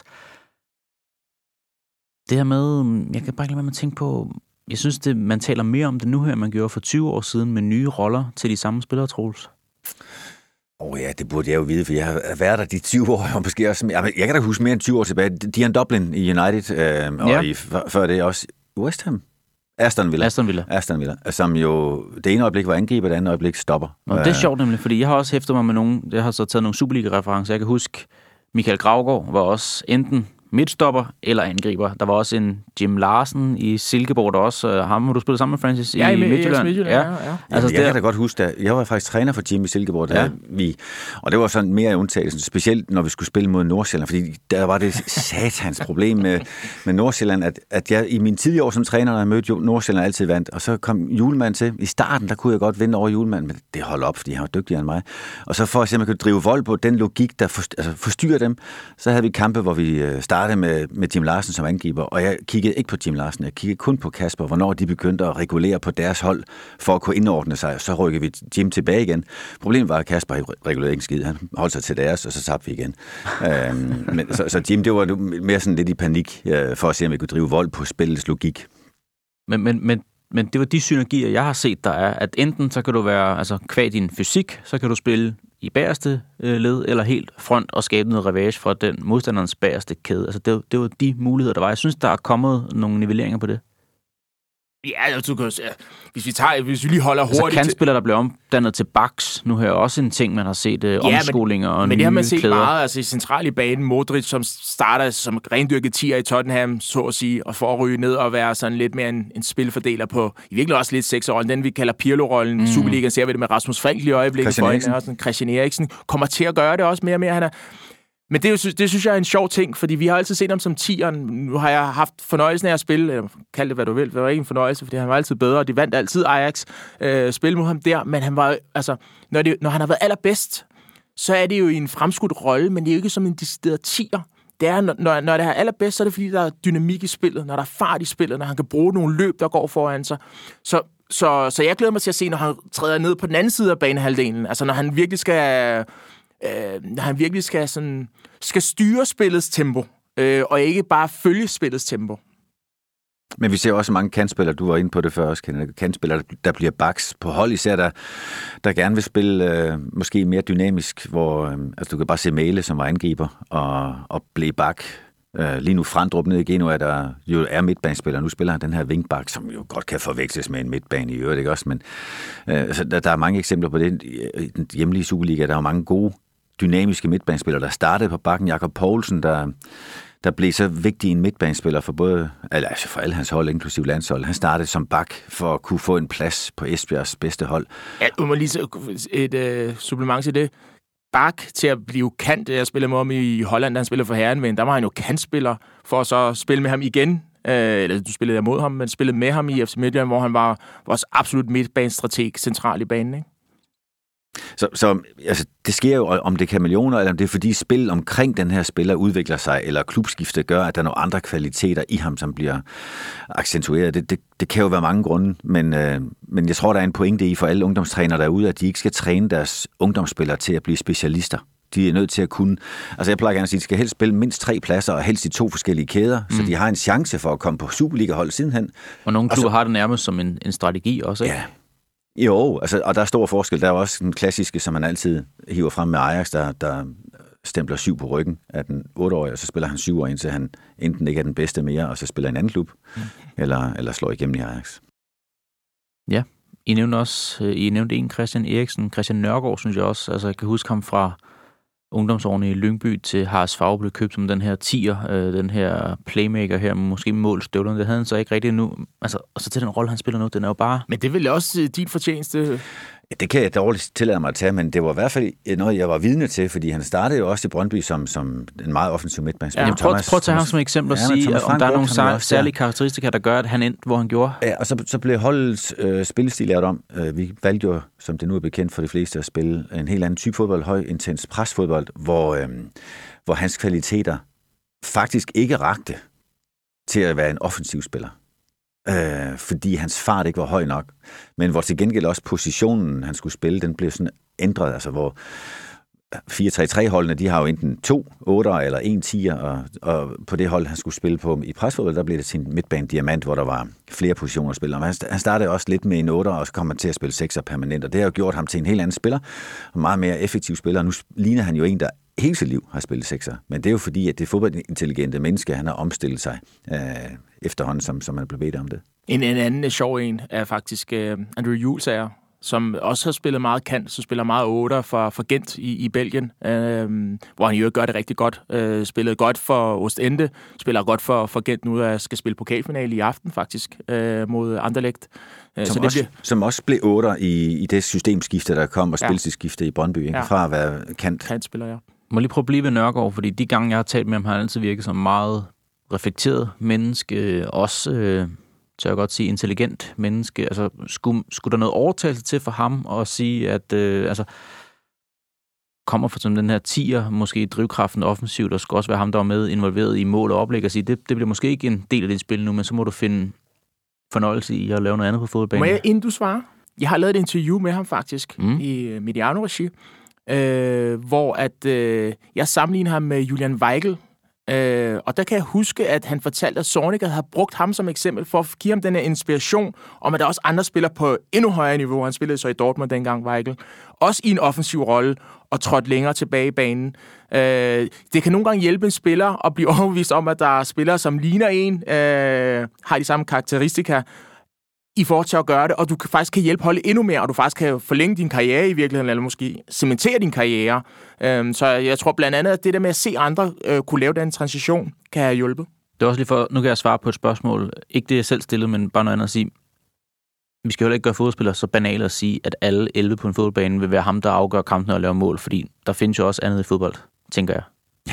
Det her med, jeg kan bare ikke lade være med at tænke på, jeg synes, det, man taler mere om det nu her, man gjorde for tyve år siden med nye roller til de samme spillere, Troels. Åh oh ja, det burde jeg jo vide, for jeg har været der de tyve år, og måske også, jeg kan da huske mere end tyve år tilbage. Dion Dublin i United, øh, og ja. i, før det også West Ham. Aston Villa. Aston Villa. Aston Villa, som jo det ene øjeblik var angriber, det andet øjeblik stopper. Nå, det er sjovt nemlig, fordi jeg har også hæftet mig med nogen, jeg har så taget nogle Superliga-referencer. Jeg kan huske, Michael Gravgaard var også enten midtstopper eller angriber. Der var også en Jim Larsen i Silkeborg, der også ham har du spillet sammen med, Francis, ja, i Midtjylland. Ja, ja, ja. Altså, Jamen, jeg der... kan da godt huske, at jeg var faktisk træner for Jim i Silkeborg, der ja. vi, og det var sådan mere i undtagelsen, specielt når vi skulle spille mod Nordsjælland, fordi der var det satans problem med, med Nordsjælland, at, at jeg i min tidlige år som træner, når jeg mødte Nordsjælland, altid vandt, og så kom Julemand til. I starten, der kunne jeg godt vinde over Julemand, men det holdt op, fordi han var dygtigere end mig. Og så for at se, at man kunne drive vold på den logik, der forst, altså forstyrrer dem, så havde vi kampe, hvor vi startede med med Jim Larsen som angriber, og jeg kiggede ikke på Jim Larsen, jeg kiggede kun på Kasper, hvornår de begyndte at regulere på deres hold for at kunne indordne sig, og så rykkede vi Jim tilbage igen. Problemet var, at Kasper regulerede ikke en skid, han holdt sig til deres, og så tabte vi igen. øhm, men, så, så Jim, det var mere sådan lidt i panik, øh, for at se, om vi kunne drive vold på spillets logik. Men, men, men, men det var de synergier, jeg har set, der er, at enten så kan du være, altså kvad din fysik, så kan du spille i bagerste led, eller helt front og skabe noget revage fra den modstanderens bagerste kæde. Altså, det, det var de muligheder, der var. Jeg synes, der er kommet nogle nivelleringer på det. Ja, du kan, ja. Hvis vi tager, hvis vi lige holder hurtigt... Altså, kantspillere, der bliver omdannet til backs, nu her også en ting, man har set, ja, omskolinger og men, nye men det har man set klæder. meget, altså i central i banen, Modric, som starter som rendyrket tier i Tottenham, så at sige, og får at ryge ned og være sådan lidt mere en, en spilfordeler på, i virkeligheden også lidt sekserrollen, den vi kalder Pirlo-rollen. Mm. Superligaen ser vi det med Rasmus Falk i øjeblikket. Christian Eriksen. Også, Christian Eriksen kommer til at gøre det også mere og mere. Han er Men det, er jo, det synes jeg er en sjov ting, fordi vi har altid set ham som tieren. Nu har jeg haft fornøjelsen af at spille, eller kald det hvad du vil, det var ikke en fornøjelse, fordi han var altid bedre, og de vandt altid Ajax øh, spille mod ham der, men han var, altså, når, det, når han har været allerbedst, så er det jo i en fremskudt rolle, men det er jo ikke som en decideret tier. Det er, når, når det er allerbedst, så er det fordi, der er dynamik i spillet, når der er fart i spillet, når han kan bruge nogle løb, der går foran sig. Så, så, så jeg glæder mig til at se, når han træder ned på den anden side af banehalvdelen, altså når han virkelig skal... Øh, når han virkelig skal, sådan, skal styre spillets tempo, øh, og ikke bare følge spillets tempo. Men vi ser også mange kantspillere, du var inde på det før også, kantspillere, der bliver backs på hold, især der, der gerne vil spille øh, måske mere dynamisk, hvor øh, altså, du kan bare se Mæle, som var angriber, og, og blive back. Øh, lige nu Frandrup nede i Genua, der jo er midtbanespiller. Nu spiller han den her wingback, som jo godt kan forveksles med en midtbane i øvrigt, ikke også? Men øh, så der, der er mange eksempler på det. I den hjemlige Superliga, der er mange gode dynamiske midtbanespillere, der startede på bakken. Jakob Poulsen, der, der blev så vigtig en midtbanespiller for både, eller altså for alle hans hold, inklusiv landshold. Han startede som bak for at kunne få en plads på Esbjergs bedste hold. Ja, du må lige et øh, supplement til det. Bak til at blive kant. Jeg spillede med ham i Holland, da han spillede for Herrenven. Der var han jo kantspiller for at så spille med ham igen. Øh, eller du spillede mod ham, men spillede med ham i F C Midtjylland, hvor han var vores absolut midtbanestrateg central i banen, ikke? Så, så altså, det sker jo, om det kan millioner, eller om det er fordi spil omkring den her spiller udvikler sig, eller klubskifte gør, at der er nogle andre kvaliteter i ham, som bliver accentueret. Det, det, det kan jo være mange grunde, men, øh, men jeg tror, der er en pointe i for alle ungdomstrænere derude, at de ikke skal træne deres ungdomsspillere til at blive specialister. de er nødt til at kunne... Altså jeg plejer gerne at sige, at de skal helst spille mindst tre pladser, og helst i to forskellige kæder, mm. så de har en chance for at komme på Superliga-hold sidenhen. Og nogle klubber har det nærmest som en, en strategi også, ikke? Ja. Jo, altså, og der er stor forskel. Der er også den klassiske, som man altid hiver frem med Ajax, der, der stempler syv på ryggen af den otteårige, og så spiller han syv år, indtil han enten ikke er den bedste mere, og så spiller en anden klub, mm. eller, eller slår igennem i Ajax. Ja, I nævnte også, I nævnte en Christian Eriksen, Christian Nørgaard, synes jeg også. Altså, jeg kan huske ham fra ungdomsårene i Lyngby til Haras Favre blev købt som den her tier, øh, den her playmaker her, måske målstøvlerne. Det havde han så ikke rigtig nu. Altså, og så til den rolle, han spiller nu, den er jo bare... Men det er vel også din fortjeneste? Ja, det kan jeg dårligt tillade mig at tage, men det var i hvert fald noget, jeg var vidne til, fordi han startede jo også i Brøndby som, som en meget offensiv midtbanespiller. Ja, prøv, Thomas, prøv at tage ham som eksempel og ja, sige, om der er nogle sær- særlige karakteristika, der gør, at han endte, hvor han gjorde. Ja, og så, så blev holdets øh, spillestil lavet om. Øh, vi valgte jo, som det nu er bekendt for de fleste, at spille en helt anden type fodbold, høj, intens presfodbold, hvor, øh, hvor hans kvaliteter faktisk ikke rakte til at være en offensiv spiller. Øh, fordi hans fart ikke var høj nok. Men hvor til gengæld også positionen, han skulle spille, den blev sådan ændret. Altså hvor fire tre tre-holdene, de har jo enten to otter eller en tier, og, og på det hold, han skulle spille på i presfodbold, der blev det til en midtbane-diamant, hvor der var flere positioner at spille. Men han startede også lidt med en otter, og så kom han til at spille sekser permanent, og det har jo gjort ham til en helt anden spiller, og meget mere effektiv spiller. Nu ligner han jo en, der hele sit liv har spillet sekser. Men det er jo fordi, at det fodboldintelligente menneske, han har omstillet sig øh, efterhånden, som, som man blev bedt om det. En, en anden sjov en er faktisk øh, Andrew Julesager, som også har spillet meget kant, som spiller meget otter for, for Gent i, i Belgien, øh, hvor han jo gør det rigtig godt. Øh, spillede godt for Ostende, spiller godt for, for Gent nu, og skal spille pokalfinale i aften faktisk øh, mod Anderlecht. Øh, som, så også, det bliver... som også blev otter i, i det systemskifte, der kom, og spilseskifte ja. i Brøndby, ikke? Ja. Fra at være kant. Kantspiller, ja. Må lige prøve at blive ved Nørgaard, fordi de gange, jeg har talt med ham, har han altid virket som meget reflekteret menneske, også... Øh, så jeg godt sige, intelligent menneske. Altså, skulle, skulle der noget overtagelse til for ham at sige, at øh, altså, kommer for den her tier, måske drivkraften offensivt, der skal også være ham, der er med involveret i mål og oplæg, og sige, det, det bliver måske ikke en del af dit spil nu, men så må du finde fornøjelse i at lave noget andet på fodboldbanen. Må jeg, inden du svarer? Jeg har lavet et interview med ham faktisk, mm. i Mediano-regi, øh, hvor at, øh, jeg sammenligner ham med Julian Weigl. Øh, og der kan jeg huske, at han fortalte, at Zorniger havde brugt ham som eksempel for at give ham den her inspiration, om at der også andre spiller på endnu højere niveau. Han spillede så i Dortmund dengang, Weigl. Også i en offensiv rolle og trådte længere tilbage i banen. Øh, det kan nogle gange hjælpe en spiller at blive overbevist om, at der er spillere, som ligner en, øh, har de samme karakteristika, i forhold til at gøre det, og du kan faktisk kan hjælpe holdet endnu mere, og du faktisk kan forlænge din karriere i virkeligheden, eller måske cementere din karriere. Øhm, så jeg tror blandt andet, at det der med at se andre øh, kunne lave den transition, kan have hjulpet. Det er også lige for, nu kan jeg svare på et spørgsmål. Ikke det, jeg selv stillede, men bare noget andet at sige. Vi skal jo ikke gøre fodboldspillere så banale at sige, at alle elleve på en fodboldbane vil være ham, der afgør kampen og laver mål, fordi der findes jo også andet i fodbold, tænker jeg.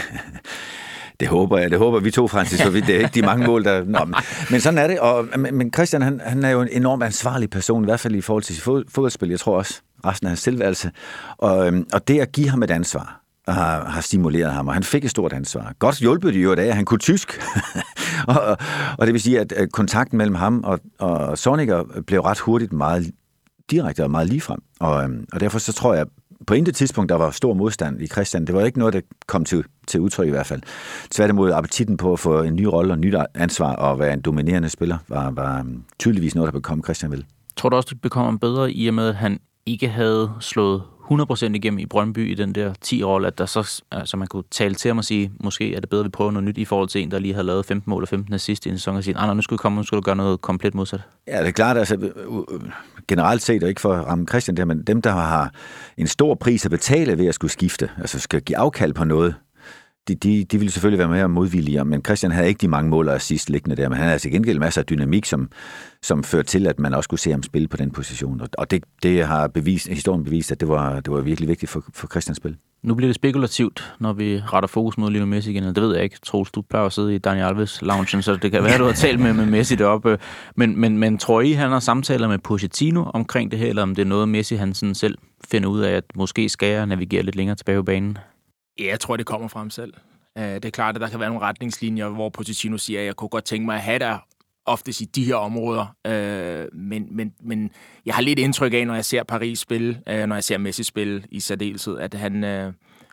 Det håber jeg. Det håber vi to, Francis, for det er ikke de mange mål, der... Nå, men sådan er det. Og, men Christian, han, han er jo en enormt ansvarlig person, i hvert fald i forhold til sit fodboldspil. Jeg tror også resten af hans tilværelse. Og, og det at give ham et ansvar, har, har stimuleret ham, og han fik et stort ansvar. Godt hjulpet det jo af, at han kunne tysk. og, og det vil sige, at kontakten mellem ham og, og Zorniger blev ret hurtigt meget direkte og meget ligefrem. Og, og derfor så tror jeg, på intet tidspunkt, der var stor modstand i Christian. Det var ikke noget, der kom til, til udtryk i hvert fald. Tværtimod appetitten på at få en ny rolle og en nyt ansvar og være en dominerende spiller, var, var tydeligvis noget, der bekom Christian vel. Tror du også, det bekom ham bedre i og med, at han ikke havde slået hundrede procent igennem i Brøndby i den der ti-rolle, at der så, altså man kunne tale til ham og sige, måske er det bedre, at vi prøver noget nyt i forhold til en, der lige havde lavet femten mål og femten assist i en sæson, og sige, nej, nu skulle du komme, nu skulle du gøre noget komplet modsat. Ja, det er klart, altså generelt set, og ikke for at ramme Christian der, men dem, der har en stor pris at betale ved at skulle skifte, altså skal give afkald på noget, de, de, de ville selvfølgelig være mere modvillige, men Christian havde ikke de mange mål og assist liggende der, men han havde altså gengæld masser af dynamik, som, som førte til, at man også kunne se ham spille på den position. Og det, det har bevist, historien bevist, at det var, det var virkelig vigtigt for, for Christians spil. Nu bliver det spekulativt, når vi retter fokus mod Lionel Messi igen. Det ved jeg ikke. Troels, du plejer at sidde i Daniel Alves-loungen, så det kan være, du har talt med, med Messi deroppe. Men, men, men tror I, han har samtaler med Pochettino omkring det her, eller om det er noget, Messi han sådan selv finder ud af, at måske skal jeg navigere lidt længere tilbage på banen? Ja, jeg tror, det kommer fra ham selv. Det er klart, at der kan være nogle retningslinjer, hvor Pochettino siger, at jeg kunne godt tænke mig at have der oftest i de her områder. Men, men, men jeg har lidt indtryk af, når jeg ser Paris spille, når jeg ser Messi spille i særdeleshed, at han,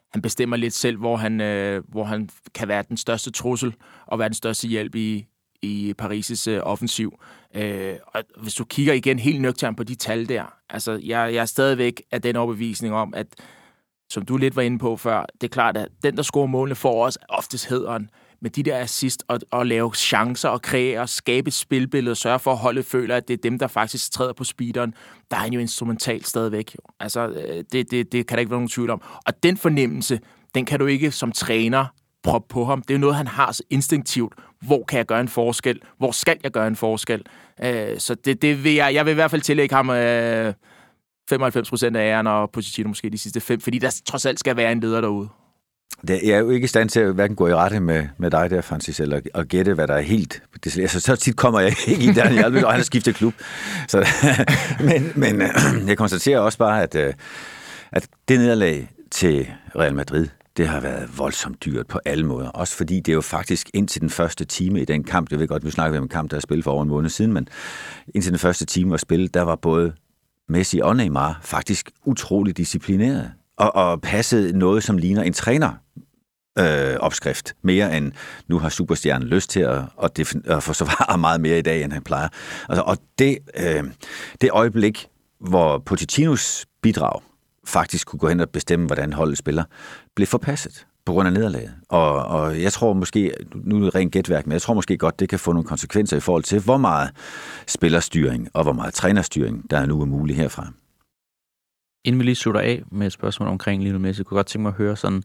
han bestemmer lidt selv, hvor han, øh, hvor han kan være den største trussel og være den største hjælp i, i Paris' øh, offensiv. Øh, og hvis du kigger igen helt nøgternt på de tal der, altså jeg, jeg er stadigvæk af den overbevisning om, at som du lidt var inde på før, det er klart, at den, der scorer målene, får også oftest hederen. Men de der assist og, og lave chancer og kreere og skabe et spilbillede og sørge for, at holdet føler, at det er dem, der faktisk træder på speederen, der er han jo instrumentalt stadigvæk. Jo. Altså, det, det, det kan der ikke være nogen tvivl om. Og den fornemmelse, den kan du ikke som træner proppe på ham. Det er jo noget, han har instinktivt. Hvor kan jeg gøre en forskel? Hvor skal jeg gøre en forskel? Øh, så det, det vil jeg, jeg vil i hvert fald tillægge ham øh, femoghalvfems procent af æren, og Pochettino måske de sidste fem, fordi der trods alt skal være en leder derude. Det, jeg er jo ikke i stand til at hverken gå i rette med, med dig der, Francis, eller at gætte, hvad der er helt... Det, altså, så tit kommer jeg ikke i der, jeg og han har skiftet klub. Så, men men jeg konstaterer også bare, at, at det nederlag til Real Madrid, det har været voldsomt dyrt på alle måder. Også fordi det er jo faktisk indtil den første time i den kamp, jeg ved godt, vi snakker om en kamp, der er spillet for over en måned siden, men indtil den første time var spillet, der var både Messi og Neymar faktisk utrolig disciplinerede. Og, og passede noget, som ligner en træner øh, opskrift, mere end nu har superstjernen lyst til at, at, defin- at forsvare meget mere i dag, end han plejer. Altså, og det, øh, det øjeblik, hvor Pochettinos bidrag faktisk kunne gå hen og bestemme, hvordan holdet spiller, blev forpasset på grund af nederlaget. Og, og jeg tror måske, nu er det rent gætværk, men jeg tror måske godt, det kan få nogle konsekvenser i forhold til, hvor meget spillerstyring og hvor meget trænerstyring, der nu er mulig herfra. Inden vi lige slutter af med et spørgsmål omkring Lionel Messi, kunne jeg godt tænke mig at høre sådan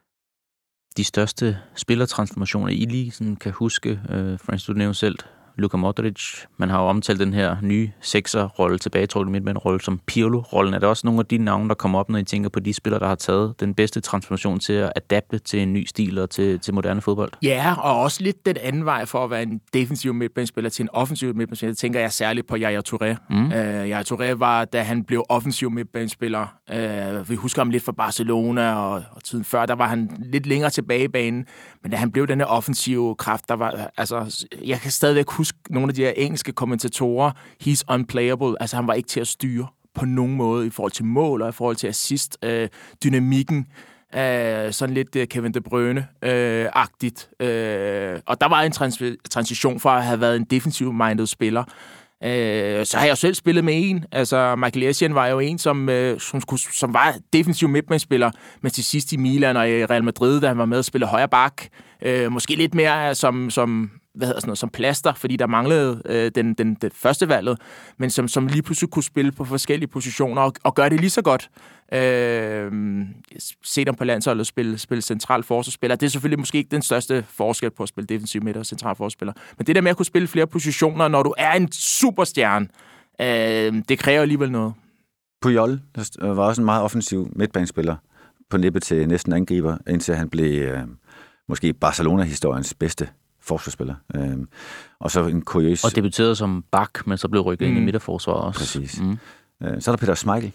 de største spillertransformationer, I lige sådan kan huske. Øh, Frans, du nævnte selv Luka Modric. Man har jo omtalt den her nye sekser-rolle, tilbagetrukket midtmand-rolle, som Pirlo-rollen. Er der også nogle af de navne, der kommer op, når I tænker på de spillere, der har taget den bedste transformation til at adapte til en ny stil og til, til moderne fodbold? Ja, og også lidt den anden vej for at være en defensiv midtbanespiller til en offensiv midtbanespiller. Det tænker jeg særligt på Yaya Touré. Mm. Uh, Yaya Touré var, da han blev offensiv midtbanespiller. Uh, vi husker ham lidt fra Barcelona, og, og tiden før, der var han lidt længere tilbage i banen. Men da han blev denne offensive kraft, der var, altså, jeg kan stadigvæk huske nogle af de her engelske kommentatorer, he's unplayable, altså han var ikke til at styre på nogen måde i forhold til mål og i forhold til assist, øh, dynamikken, øh, sådan lidt uh, Kevin De Bruyne-agtigt. Øh, øh, og der var en trans- transition fra at have været en defensive-minded spiller. Øh, så har jeg selv spillet med en. Altså, Michael Essien var jo en, som, øh, som, som var defensiv midtbanespiller, men til sidst i Milan og i Real Madrid, da han var med at spille højre bak. Øh, måske lidt mere som... som hvad hedder sådan noget, som plaster, fordi der manglede øh, den, den, den første valget, men som, som lige pludselig kunne spille på forskellige positioner og, og gøre det lige så godt. Øh, se dem på landsholdet spille, spille central forsvarsspiller. Det er selvfølgelig måske ikke den største forskel på at spille defensiv midt og central forsvarsspiller. Men det der med at kunne spille flere positioner, når du er en superstjerne, øh, det kræver alligevel noget. Puyol var også en meget offensiv midtbanespiller på nippet til næsten angriber, indtil han blev øh, måske Barcelona-historiens bedste forsvarsspiller. Øhm, og så en kuriøs... Og debuterede som bak, men så blev rykket mm. ind i midterforsvaret også. Præcis. Mm. Øh, så er der Peter Schmeichel,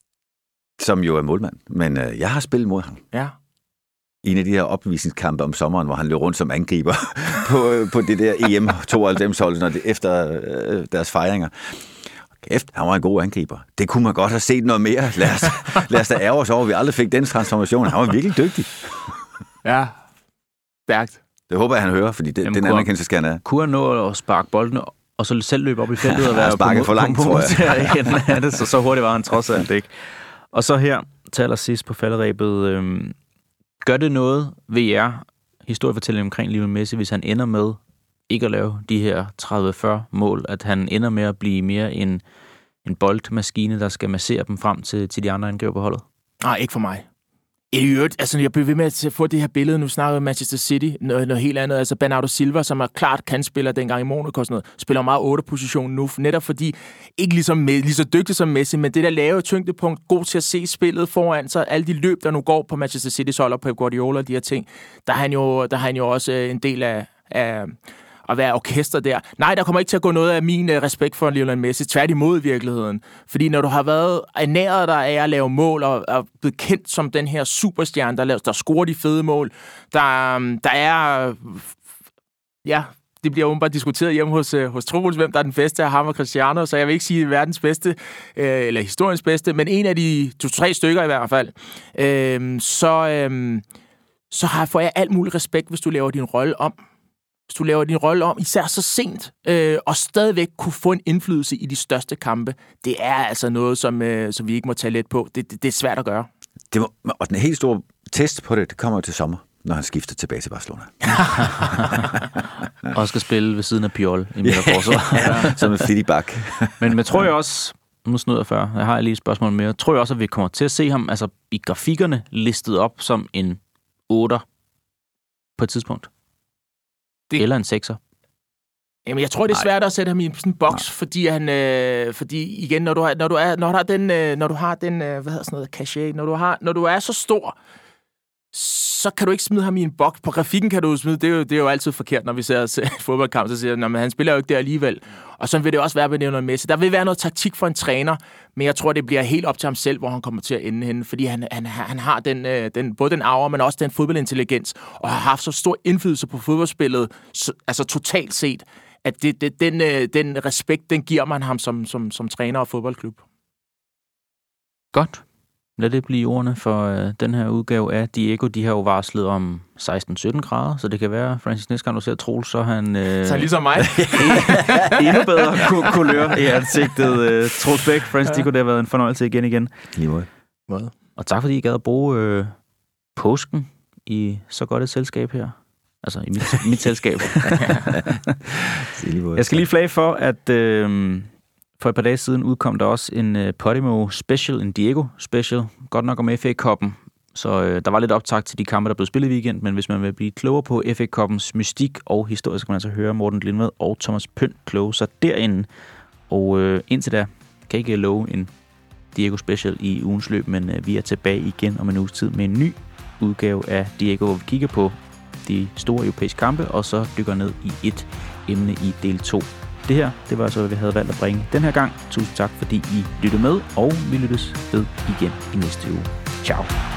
som jo er målmand, men øh, jeg har spillet mod ham. Ja. I en af de her opvisningskampe om sommeren, hvor han løb rundt som angriber på, på det der E M tooghalvfems-hold efter øh, deres fejringer. Kæft, han var en god angriber. Det kunne man godt have set noget mere. Lad os, lad os da ærge os over, vi aldrig fik den transformation. Han var virkelig dygtig. Ja, stærkt. Det håber jeg, han hører, fordi det, den anerkendelse skal han have. Kunne han nå at sparke bolden, og så selv løbe op i feltet og være på, for langt, på, på, tror jeg. så, så hurtigt var han trods alt ikke. Og så her, til allersidst på falderæbet, øhm, gør det noget ved jer, historiefortælling omkring Lionel Messi, hvis han ender med ikke at lave de her tredive fyrre mål, at han ender med at blive mere en, en boldmaskine, der skal massere dem frem til, til de andre angriber på holdet? Nej, ikke for mig. I øvrigt, altså jeg bliver ved med at få det her billede, nu snakker vi Manchester City, noget, noget helt andet, altså Bernardo Silva, som er klart kantspiller dengang i Monaco og sådan noget, spiller meget otte position nu, netop fordi, ikke ligesom lige så dygtig som Messi, men det der lave tyngdepunkt, god til at se spillet foran sig, alle de løb, der nu går på Manchester City's hold og Pep Guardiola og de her ting, der har han jo, der har han jo også en del af, af at være orkester der. Nej, der kommer ikke til at gå noget af min respekt for Lionel Messi, tværtimod i virkeligheden. Fordi når du har været ernæret dig af at lave mål, og er blevet kendt som den her superstjerne, der, laver, der scorer de fede mål, der, der er... Ja, det bliver åbenbart diskuteret hjemme hos, hos Troels, hvem der er den bedste af ham og Cristiano, så jeg vil ikke sige verdens bedste, øh, eller historiens bedste, men en af de to-tre stykker i hvert fald. Øh, så øh, så har, får jeg alt mulig respekt, hvis du laver din rolle om. Hvis du laver din rolle om, især så sent, øh, og stadigvæk kunne få en indflydelse i de største kampe. Det er altså noget, som, øh, som vi ikke må tage let på. Det, det, det er svært at gøre. Det må, og den helt store test på det, det kommer jo til sommer, når han skifter tilbage til Barcelona. Og skal spille ved siden af Puyol i midterforsvar. Ja, som en flittig bak. Men, men tror jeg også, nu snyder jeg før, jeg har lige et spørgsmål mere, tror jeg også, at vi kommer til at se ham altså, i grafikkerne listet op som en otter på et tidspunkt? Det... Eller en sekser? Jamen, jeg tror, det er svært at sætte ham i sådan en boks, fordi han, øh, fordi igen, når du har, når du er, når du har den, øh, når du har den, øh, hvad hedder sådan noget, cachet, når du har, når du er så stor, så kan du ikke smide ham i en boks. På grafikken kan du smide, det er jo, det er jo altid forkert, når vi ser et fodboldkamp, så siger han, han spiller jo ikke der alligevel. Og sådan vil det også være med Lionel Messi. Der vil være noget taktik for en træner, men jeg tror, det bliver helt op til ham selv, hvor han kommer til at ende henne, fordi han, han, han har den, øh, den, både den aura, men også den fodboldintelligens, og har haft så stor indflydelse på fodboldspillet, så, altså totalt set, at det, det, den, øh, den respekt, den giver man ham som, som, som træner og fodboldklub. Godt. Lad det blive ordene for øh, den her udgave af Diego. De har jo varslet om seksten sytten grader, så det kan være, Francis, næste gang du ser Troels, så han... Øh, så ligesom mig. endnu bedre kulør i ansigtet. Øh, Troels Bæk, Francis, ja. Det har været en fornøjelse igen igen. Lige måde. Måde. Og tak fordi I gad at bruge øh, påsken i så godt et selskab her. Altså i mit, mit selskab. Jeg skal lige flage for, at... Øh, For et par dage siden udkom der også en uh, Podimo Special, en Diego Special, godt nok om F A-koppen. Så uh, der var lidt optakt til de kampe, der blev spillet i weekend, men hvis man vil blive klogere på F A-koppens mystik og historie, så kan man altså høre Morten Lindved og Thomas Pønt kloge sig derinde. Og uh, indtil da kan I ikke love en Diego Special i ugens løb, men uh, vi er tilbage igen om en uges tid med en ny udgave af Diego, hvor vi kigger på de store europæiske kampe, og så dykker ned i et emne i del to. Det her, det var altså, hvad vi havde valgt at bringe den her gang. Tusind tak, fordi I lyttede med, og vi lyttes ved igen i næste uge. Ciao.